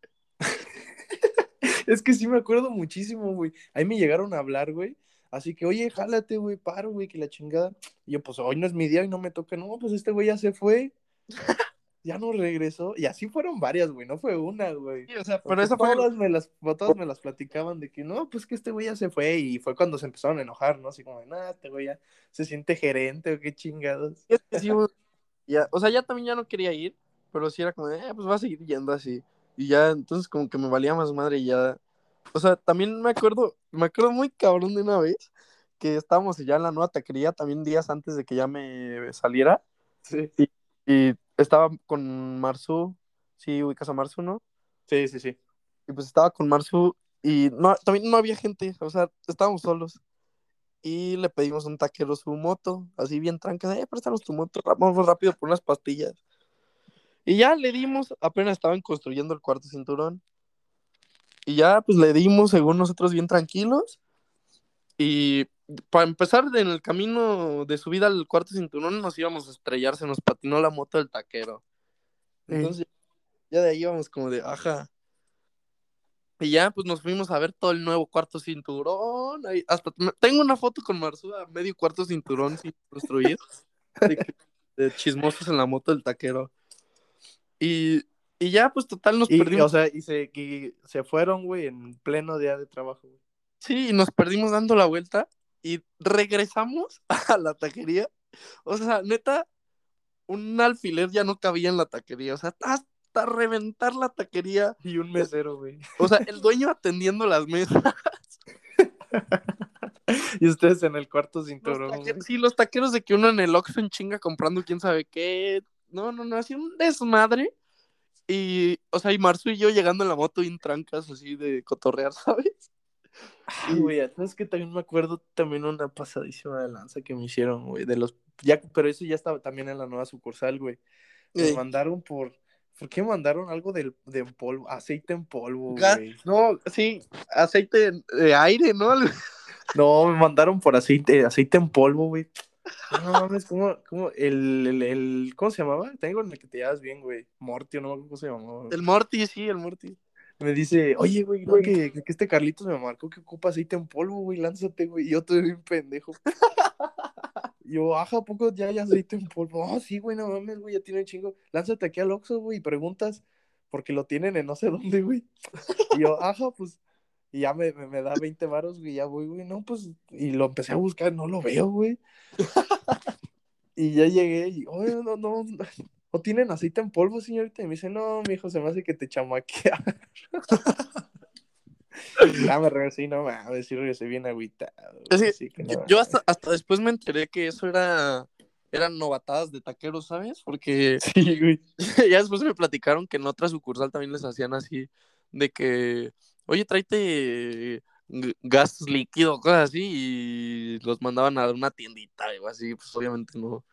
Es que sí me acuerdo muchísimo, güey. Ahí me llegaron a hablar, güey. Así que, oye, jálate, güey, paro, güey, que la chingada. Y yo, pues hoy no es mi día y no me toca. No, pues este güey ya se fue. Ya no regresó. Y así fueron varias, güey, no fue una, güey. Sí, o sea, pero Porque esa fue, todas me las platicaban de que no, pues que este güey ya se fue. Y fue cuando se empezaron a enojar, ¿no? Así como, nada, este güey ya se siente gerente o qué chingados. es que sí, güey, ya, o sea, ya también ya no quería ir, pero sí era como, pues va a seguir yendo así. Y ya, entonces como que me valía más madre y ya. O sea, también me acuerdo muy cabrón de una vez que estábamos ya en la nueva taquería, también días antes de que ya me saliera. Sí, Y, y estaba con Marzu, sí, ubicas a Marzu, ¿no? sí, sí, sí. Y pues estaba con Marzu y no, también no había gente, o sea, estábamos solos. Y le pedimos a un taquero su moto, así bien tranca, préstanos tu moto, vamos rápido por unas pastillas. Y ya le dimos, apenas estaban construyendo el cuarto cinturón. Y ya pues le dimos, según nosotros, bien tranquilos. Y para empezar, en el camino de subida al cuarto cinturón nos íbamos a estrellar, se nos patinó la moto del taquero. Sí. Entonces ya de ahí íbamos como de, ajá. Y ya, pues nos fuimos a ver todo el nuevo cuarto cinturón. Ahí, hasta tengo una foto con Marzúa, medio cuarto cinturón sin construir, de, de chismosos en la moto del taquero. Y, y ya, pues total, nos O perdimos. sea, y se fueron, güey, en pleno día de trabajo, güey. Sí, y nos perdimos dando la vuelta y regresamos a la taquería. O sea, neta, un alfiler ya no cabía en la taquería. O sea, hasta reventar la taquería. Y un mesero, güey. O sea, el dueño atendiendo las mesas. Y ustedes en el cuarto cinturón, güey. Sí, los taqueros de que uno en el Oxxo en chinga comprando quién sabe qué. No, no, no, así un desmadre. Y, o sea, y Marzo y yo llegando en la moto bien trancas, así de cotorrear, ¿sabes? Ah, Y, güey, es que también me acuerdo también una pasadísima de lanza que me hicieron, güey, de los, ya, pero eso ya estaba también en la nueva sucursal, güey. Me eh, mandaron ¿por qué me mandaron algo de en polvo, aceite en polvo, güey? no, sí, aceite de aire, ¿no? No, me mandaron por aceite en polvo, güey. No mames, ¿cómo se llamaba? Tengo en el que te llevas bien, güey. Mortio, no me acuerdo cómo se llamaba, güey. El Morty, sí, el Morty. Me dice, oye, güey, no, que este Carlitos me marcó que ocupa aceite en polvo, güey, lánzate, güey. Y yo estoy bien pendejo. Yo, ajá, ¿a poco ya hay aceite en polvo? Ah, sí, güey, no mames, güey, ya tiene un chingo. Lánzate aquí al Oxxo, güey, y preguntas, porque lo tienen en no sé dónde, güey. Y yo, ajá, pues, y ya me da 20 varos, güey, ya voy, güey, no, pues, y lo empecé a buscar, no lo veo, güey. Y ya llegué y, oye, no tienen aceite en polvo, señorita. Y me dice, no, mi hijo, se me hace que te chamaquea. Ya me regresé y no mames, sí regresé bien agüitado, Es güey, que así que no yo mames. hasta después me enteré que eso eran novatadas de taqueros, ¿sabes? Porque Sí, güey. ya después me platicaron que en otra sucursal también les hacían así, de que, oye, tráete gas líquido, cosas así, y los mandaban a una tiendita o así, pues obviamente no.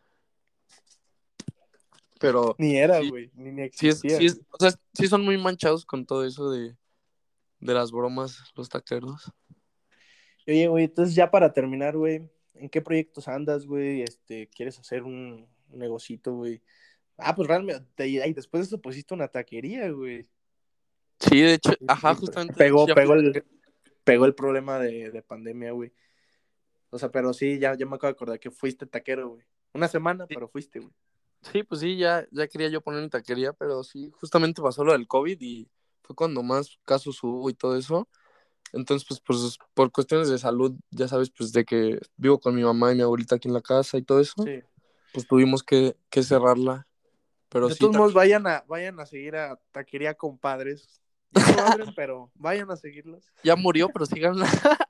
Pero Ni era, sí, güey, ni existía, güey. o sea, sí son muy manchados con todo eso de las bromas, los taqueros. Oye, güey, entonces ya para terminar, güey, ¿en qué proyectos andas, güey? ¿Quieres hacer un negocito, güey? Ah, pues realmente, y después de eso pusiste una taquería, güey. Sí, de hecho, ajá, Y justamente, de hecho, ya fui pegó el problema de pandemia, güey. O sea, pero sí, ya me acabo de acordar que fuiste taquero, güey. Una semana, pero fuiste, güey. sí, pues sí, ya quería yo poner mi taquería, pero sí, justamente pasó lo del COVID y fue cuando más casos hubo y todo eso. Entonces, pues por cuestiones de salud, ya sabes, pues de que vivo con mi mamá y mi abuelita aquí en la casa y todo eso, Sí. pues tuvimos que cerrarla. Pero De sí, todos modos, vayan a seguir a Taquería Compadres. Ya no abren, pero vayan a seguirlos. ya murió, pero síganla.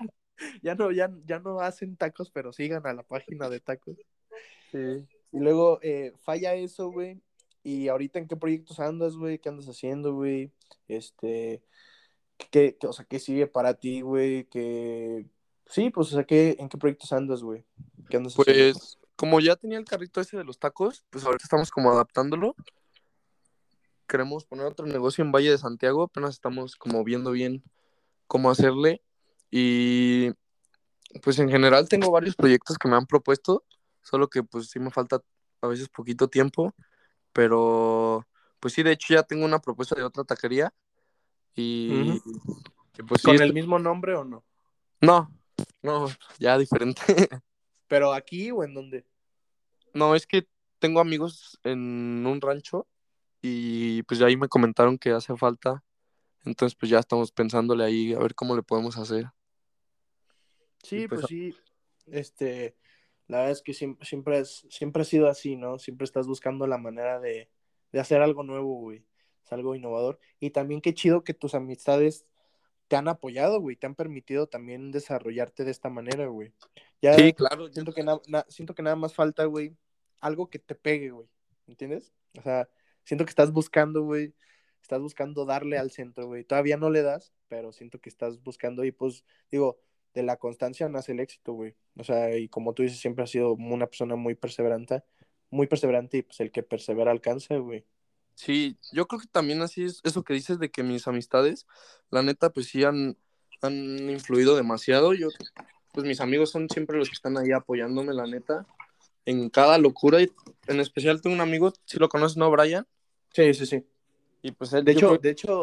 Ya no hacen tacos, pero sigan a la página de tacos. Sí. Y luego falla eso, güey. ¿Y ahorita en qué proyectos andas, güey? ¿Qué andas haciendo, güey? Este, o sea, ¿qué sigue para ti, güey? Sí, pues, o sea, ¿en qué proyectos andas, güey? ¿Qué andas haciendo? Pues como ya tenía el carrito ese de los tacos, pues ahorita estamos como adaptándolo. Queremos poner otro negocio en Valle de Santiago, apenas estamos como viendo bien cómo hacerle. Y pues en general tengo varios proyectos que me han propuesto, solo que pues sí me falta a veces poquito tiempo, pero pues sí, de hecho ya tengo una propuesta de otra taquería Ujú. y que pues sí, ¿Con el mismo nombre o no? no, no, ya diferente. ¿Pero aquí o en dónde? No, es que tengo amigos en un rancho y pues de ahí me comentaron que hace falta, entonces pues ya estamos pensándole ahí a ver cómo le podemos hacer. Y Sí, pues pues sí. Este, la verdad es que siempre ha sido así, ¿no? Siempre estás buscando la manera de hacer algo nuevo, güey. Es algo innovador. Y también qué chido que tus amistades te han apoyado, güey. Te han permitido también desarrollarte de esta manera, güey. sí, Ya claro, siento que nada más falta, güey, algo que te pegue, güey. ¿Entiendes? O sea, siento que estás buscando, güey. Estás buscando darle al centro, güey. Todavía no le das, pero siento que estás buscando y pues, digo, de la constancia nace el éxito, güey. O sea, y como tú dices, siempre has sido una persona muy perseverante y pues el que persevera alcanza, güey. sí, yo creo que también así es eso que dices de que mis amistades, la neta, pues sí han influido demasiado. Yo, pues mis amigos son siempre los que están ahí apoyándome, la neta, en cada locura. Y en especial tengo un amigo, si lo conoces, ¿no, Brian? Sí, sí, sí. Y pues él, De yo hecho, creo,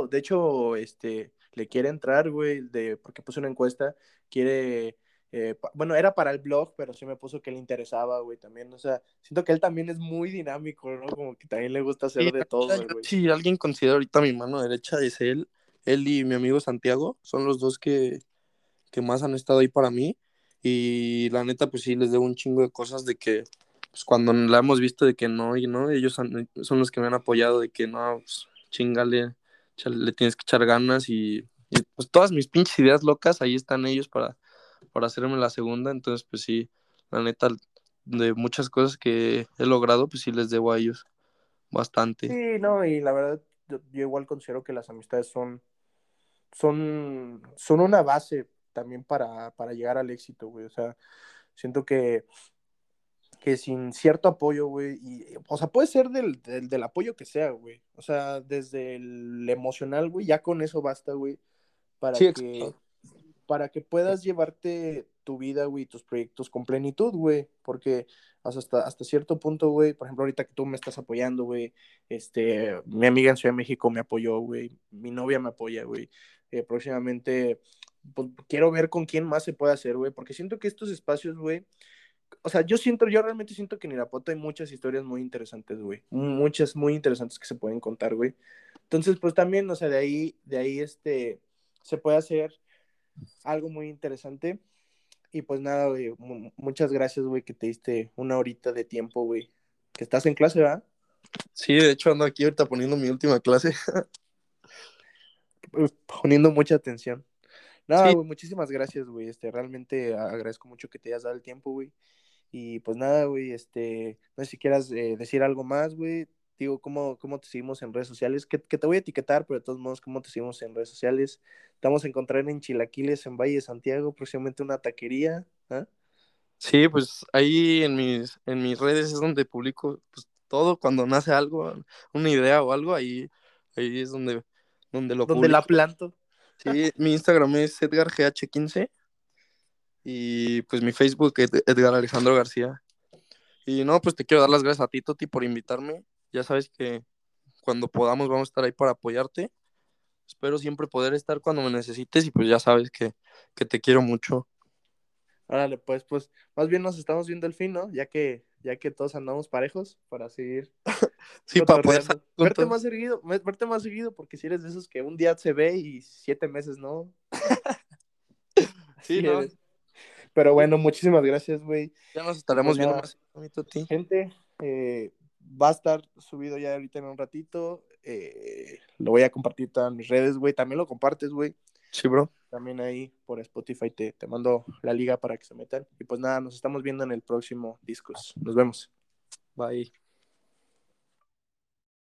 le quiere entrar, güey, porque puse una encuesta, bueno, era para el blog, pero sí me puso que le interesaba, güey, también, o sea, siento que él también es muy dinámico, ¿no? Como que también le gusta hacer sí, de la neta, todo, güey. si alguien considera ahorita mi mano derecha es él. Él y mi amigo Santiago son los dos que más han estado ahí para mí. Y la neta, pues sí, les debo un chingo de cosas de que, pues cuando la hemos visto de que no, y no, son los que me han apoyado de que no, pues chingale, le tienes que echar ganas y, pues todas mis pinches ideas locas, ahí están ellos para hacerme la segunda. Entonces, pues sí, la neta, de muchas cosas que he logrado, pues sí les debo a ellos bastante. Sí, no, y la verdad, yo igual considero que las amistades son una base también para llegar al éxito, güey. O sea, siento que sin cierto apoyo, güey, o sea, puede ser del apoyo que sea, güey. O sea, desde el emocional, güey, ya con eso basta, güey, para Sí, que, para que puedas llevarte tu vida, güey, tus proyectos con plenitud, güey, porque o sea, hasta cierto punto, güey, por ejemplo, ahorita que tú me estás apoyando, güey, mi amiga en Ciudad de México me apoyó, güey, mi novia me apoya, güey, próximamente, pues, quiero ver con quién más se puede hacer, güey, porque siento que estos espacios, güey, o sea, yo realmente siento que en Irapuato hay muchas historias muy interesantes, güey. Muchas muy interesantes que se pueden contar, güey. Entonces, pues también, o sea, de ahí, se puede hacer algo muy interesante. Y pues nada, güey, muchas gracias, güey, que te diste una horita de tiempo, güey. Que estás en clase, ¿verdad? sí, de hecho ando aquí ahorita poniendo mi última clase. Poniendo mucha atención. Nada, Sí, güey, muchísimas gracias, güey. Realmente agradezco mucho que te hayas dado el tiempo, güey. Y pues nada, güey, no sé si quieras decir algo más, güey. Digo, ¿cómo te seguimos en redes sociales? Que te voy a etiquetar, pero de todos modos, ¿cómo te seguimos en redes sociales? Te vamos a encontrar en Chilaquiles, en Valle de Santiago, próximamente una taquería. ¿Ah? sí, pues ahí en mis redes es donde publico pues, todo, cuando nace algo, una idea o algo, ahí es donde lo Donde la publico. planto. Sí, mi Instagram es EdgarGH15 y pues mi Facebook es Edgar Alejandro García. Y no, pues te quiero dar las gracias a ti, Toti, por invitarme. Ya sabes que cuando podamos vamos a estar ahí para apoyarte. Espero siempre poder estar cuando me necesites y pues ya sabes que te quiero mucho. Órale, pues, más bien nos estamos viendo el fin, ¿no? Ya que todos andamos parejos para seguir Sí, para poder salir cotorreando. Verte juntos. más seguido, verte más seguido, porque si eres de esos que un día se ve y 7 meses no, Sí, así no, eres. Pero bueno, muchísimas gracias, güey. ya nos Y pues estaremos viendo nada, más, mi Toti. gente, va a estar subido ya ahorita en un ratito. Lo voy a compartir en todas mis redes, güey. También lo compartes, güey. Sí, bro. También ahí por Spotify te mando la liga para que se metan. Y pues nada, nos estamos viendo en el próximo Discos. Nos vemos. Bye.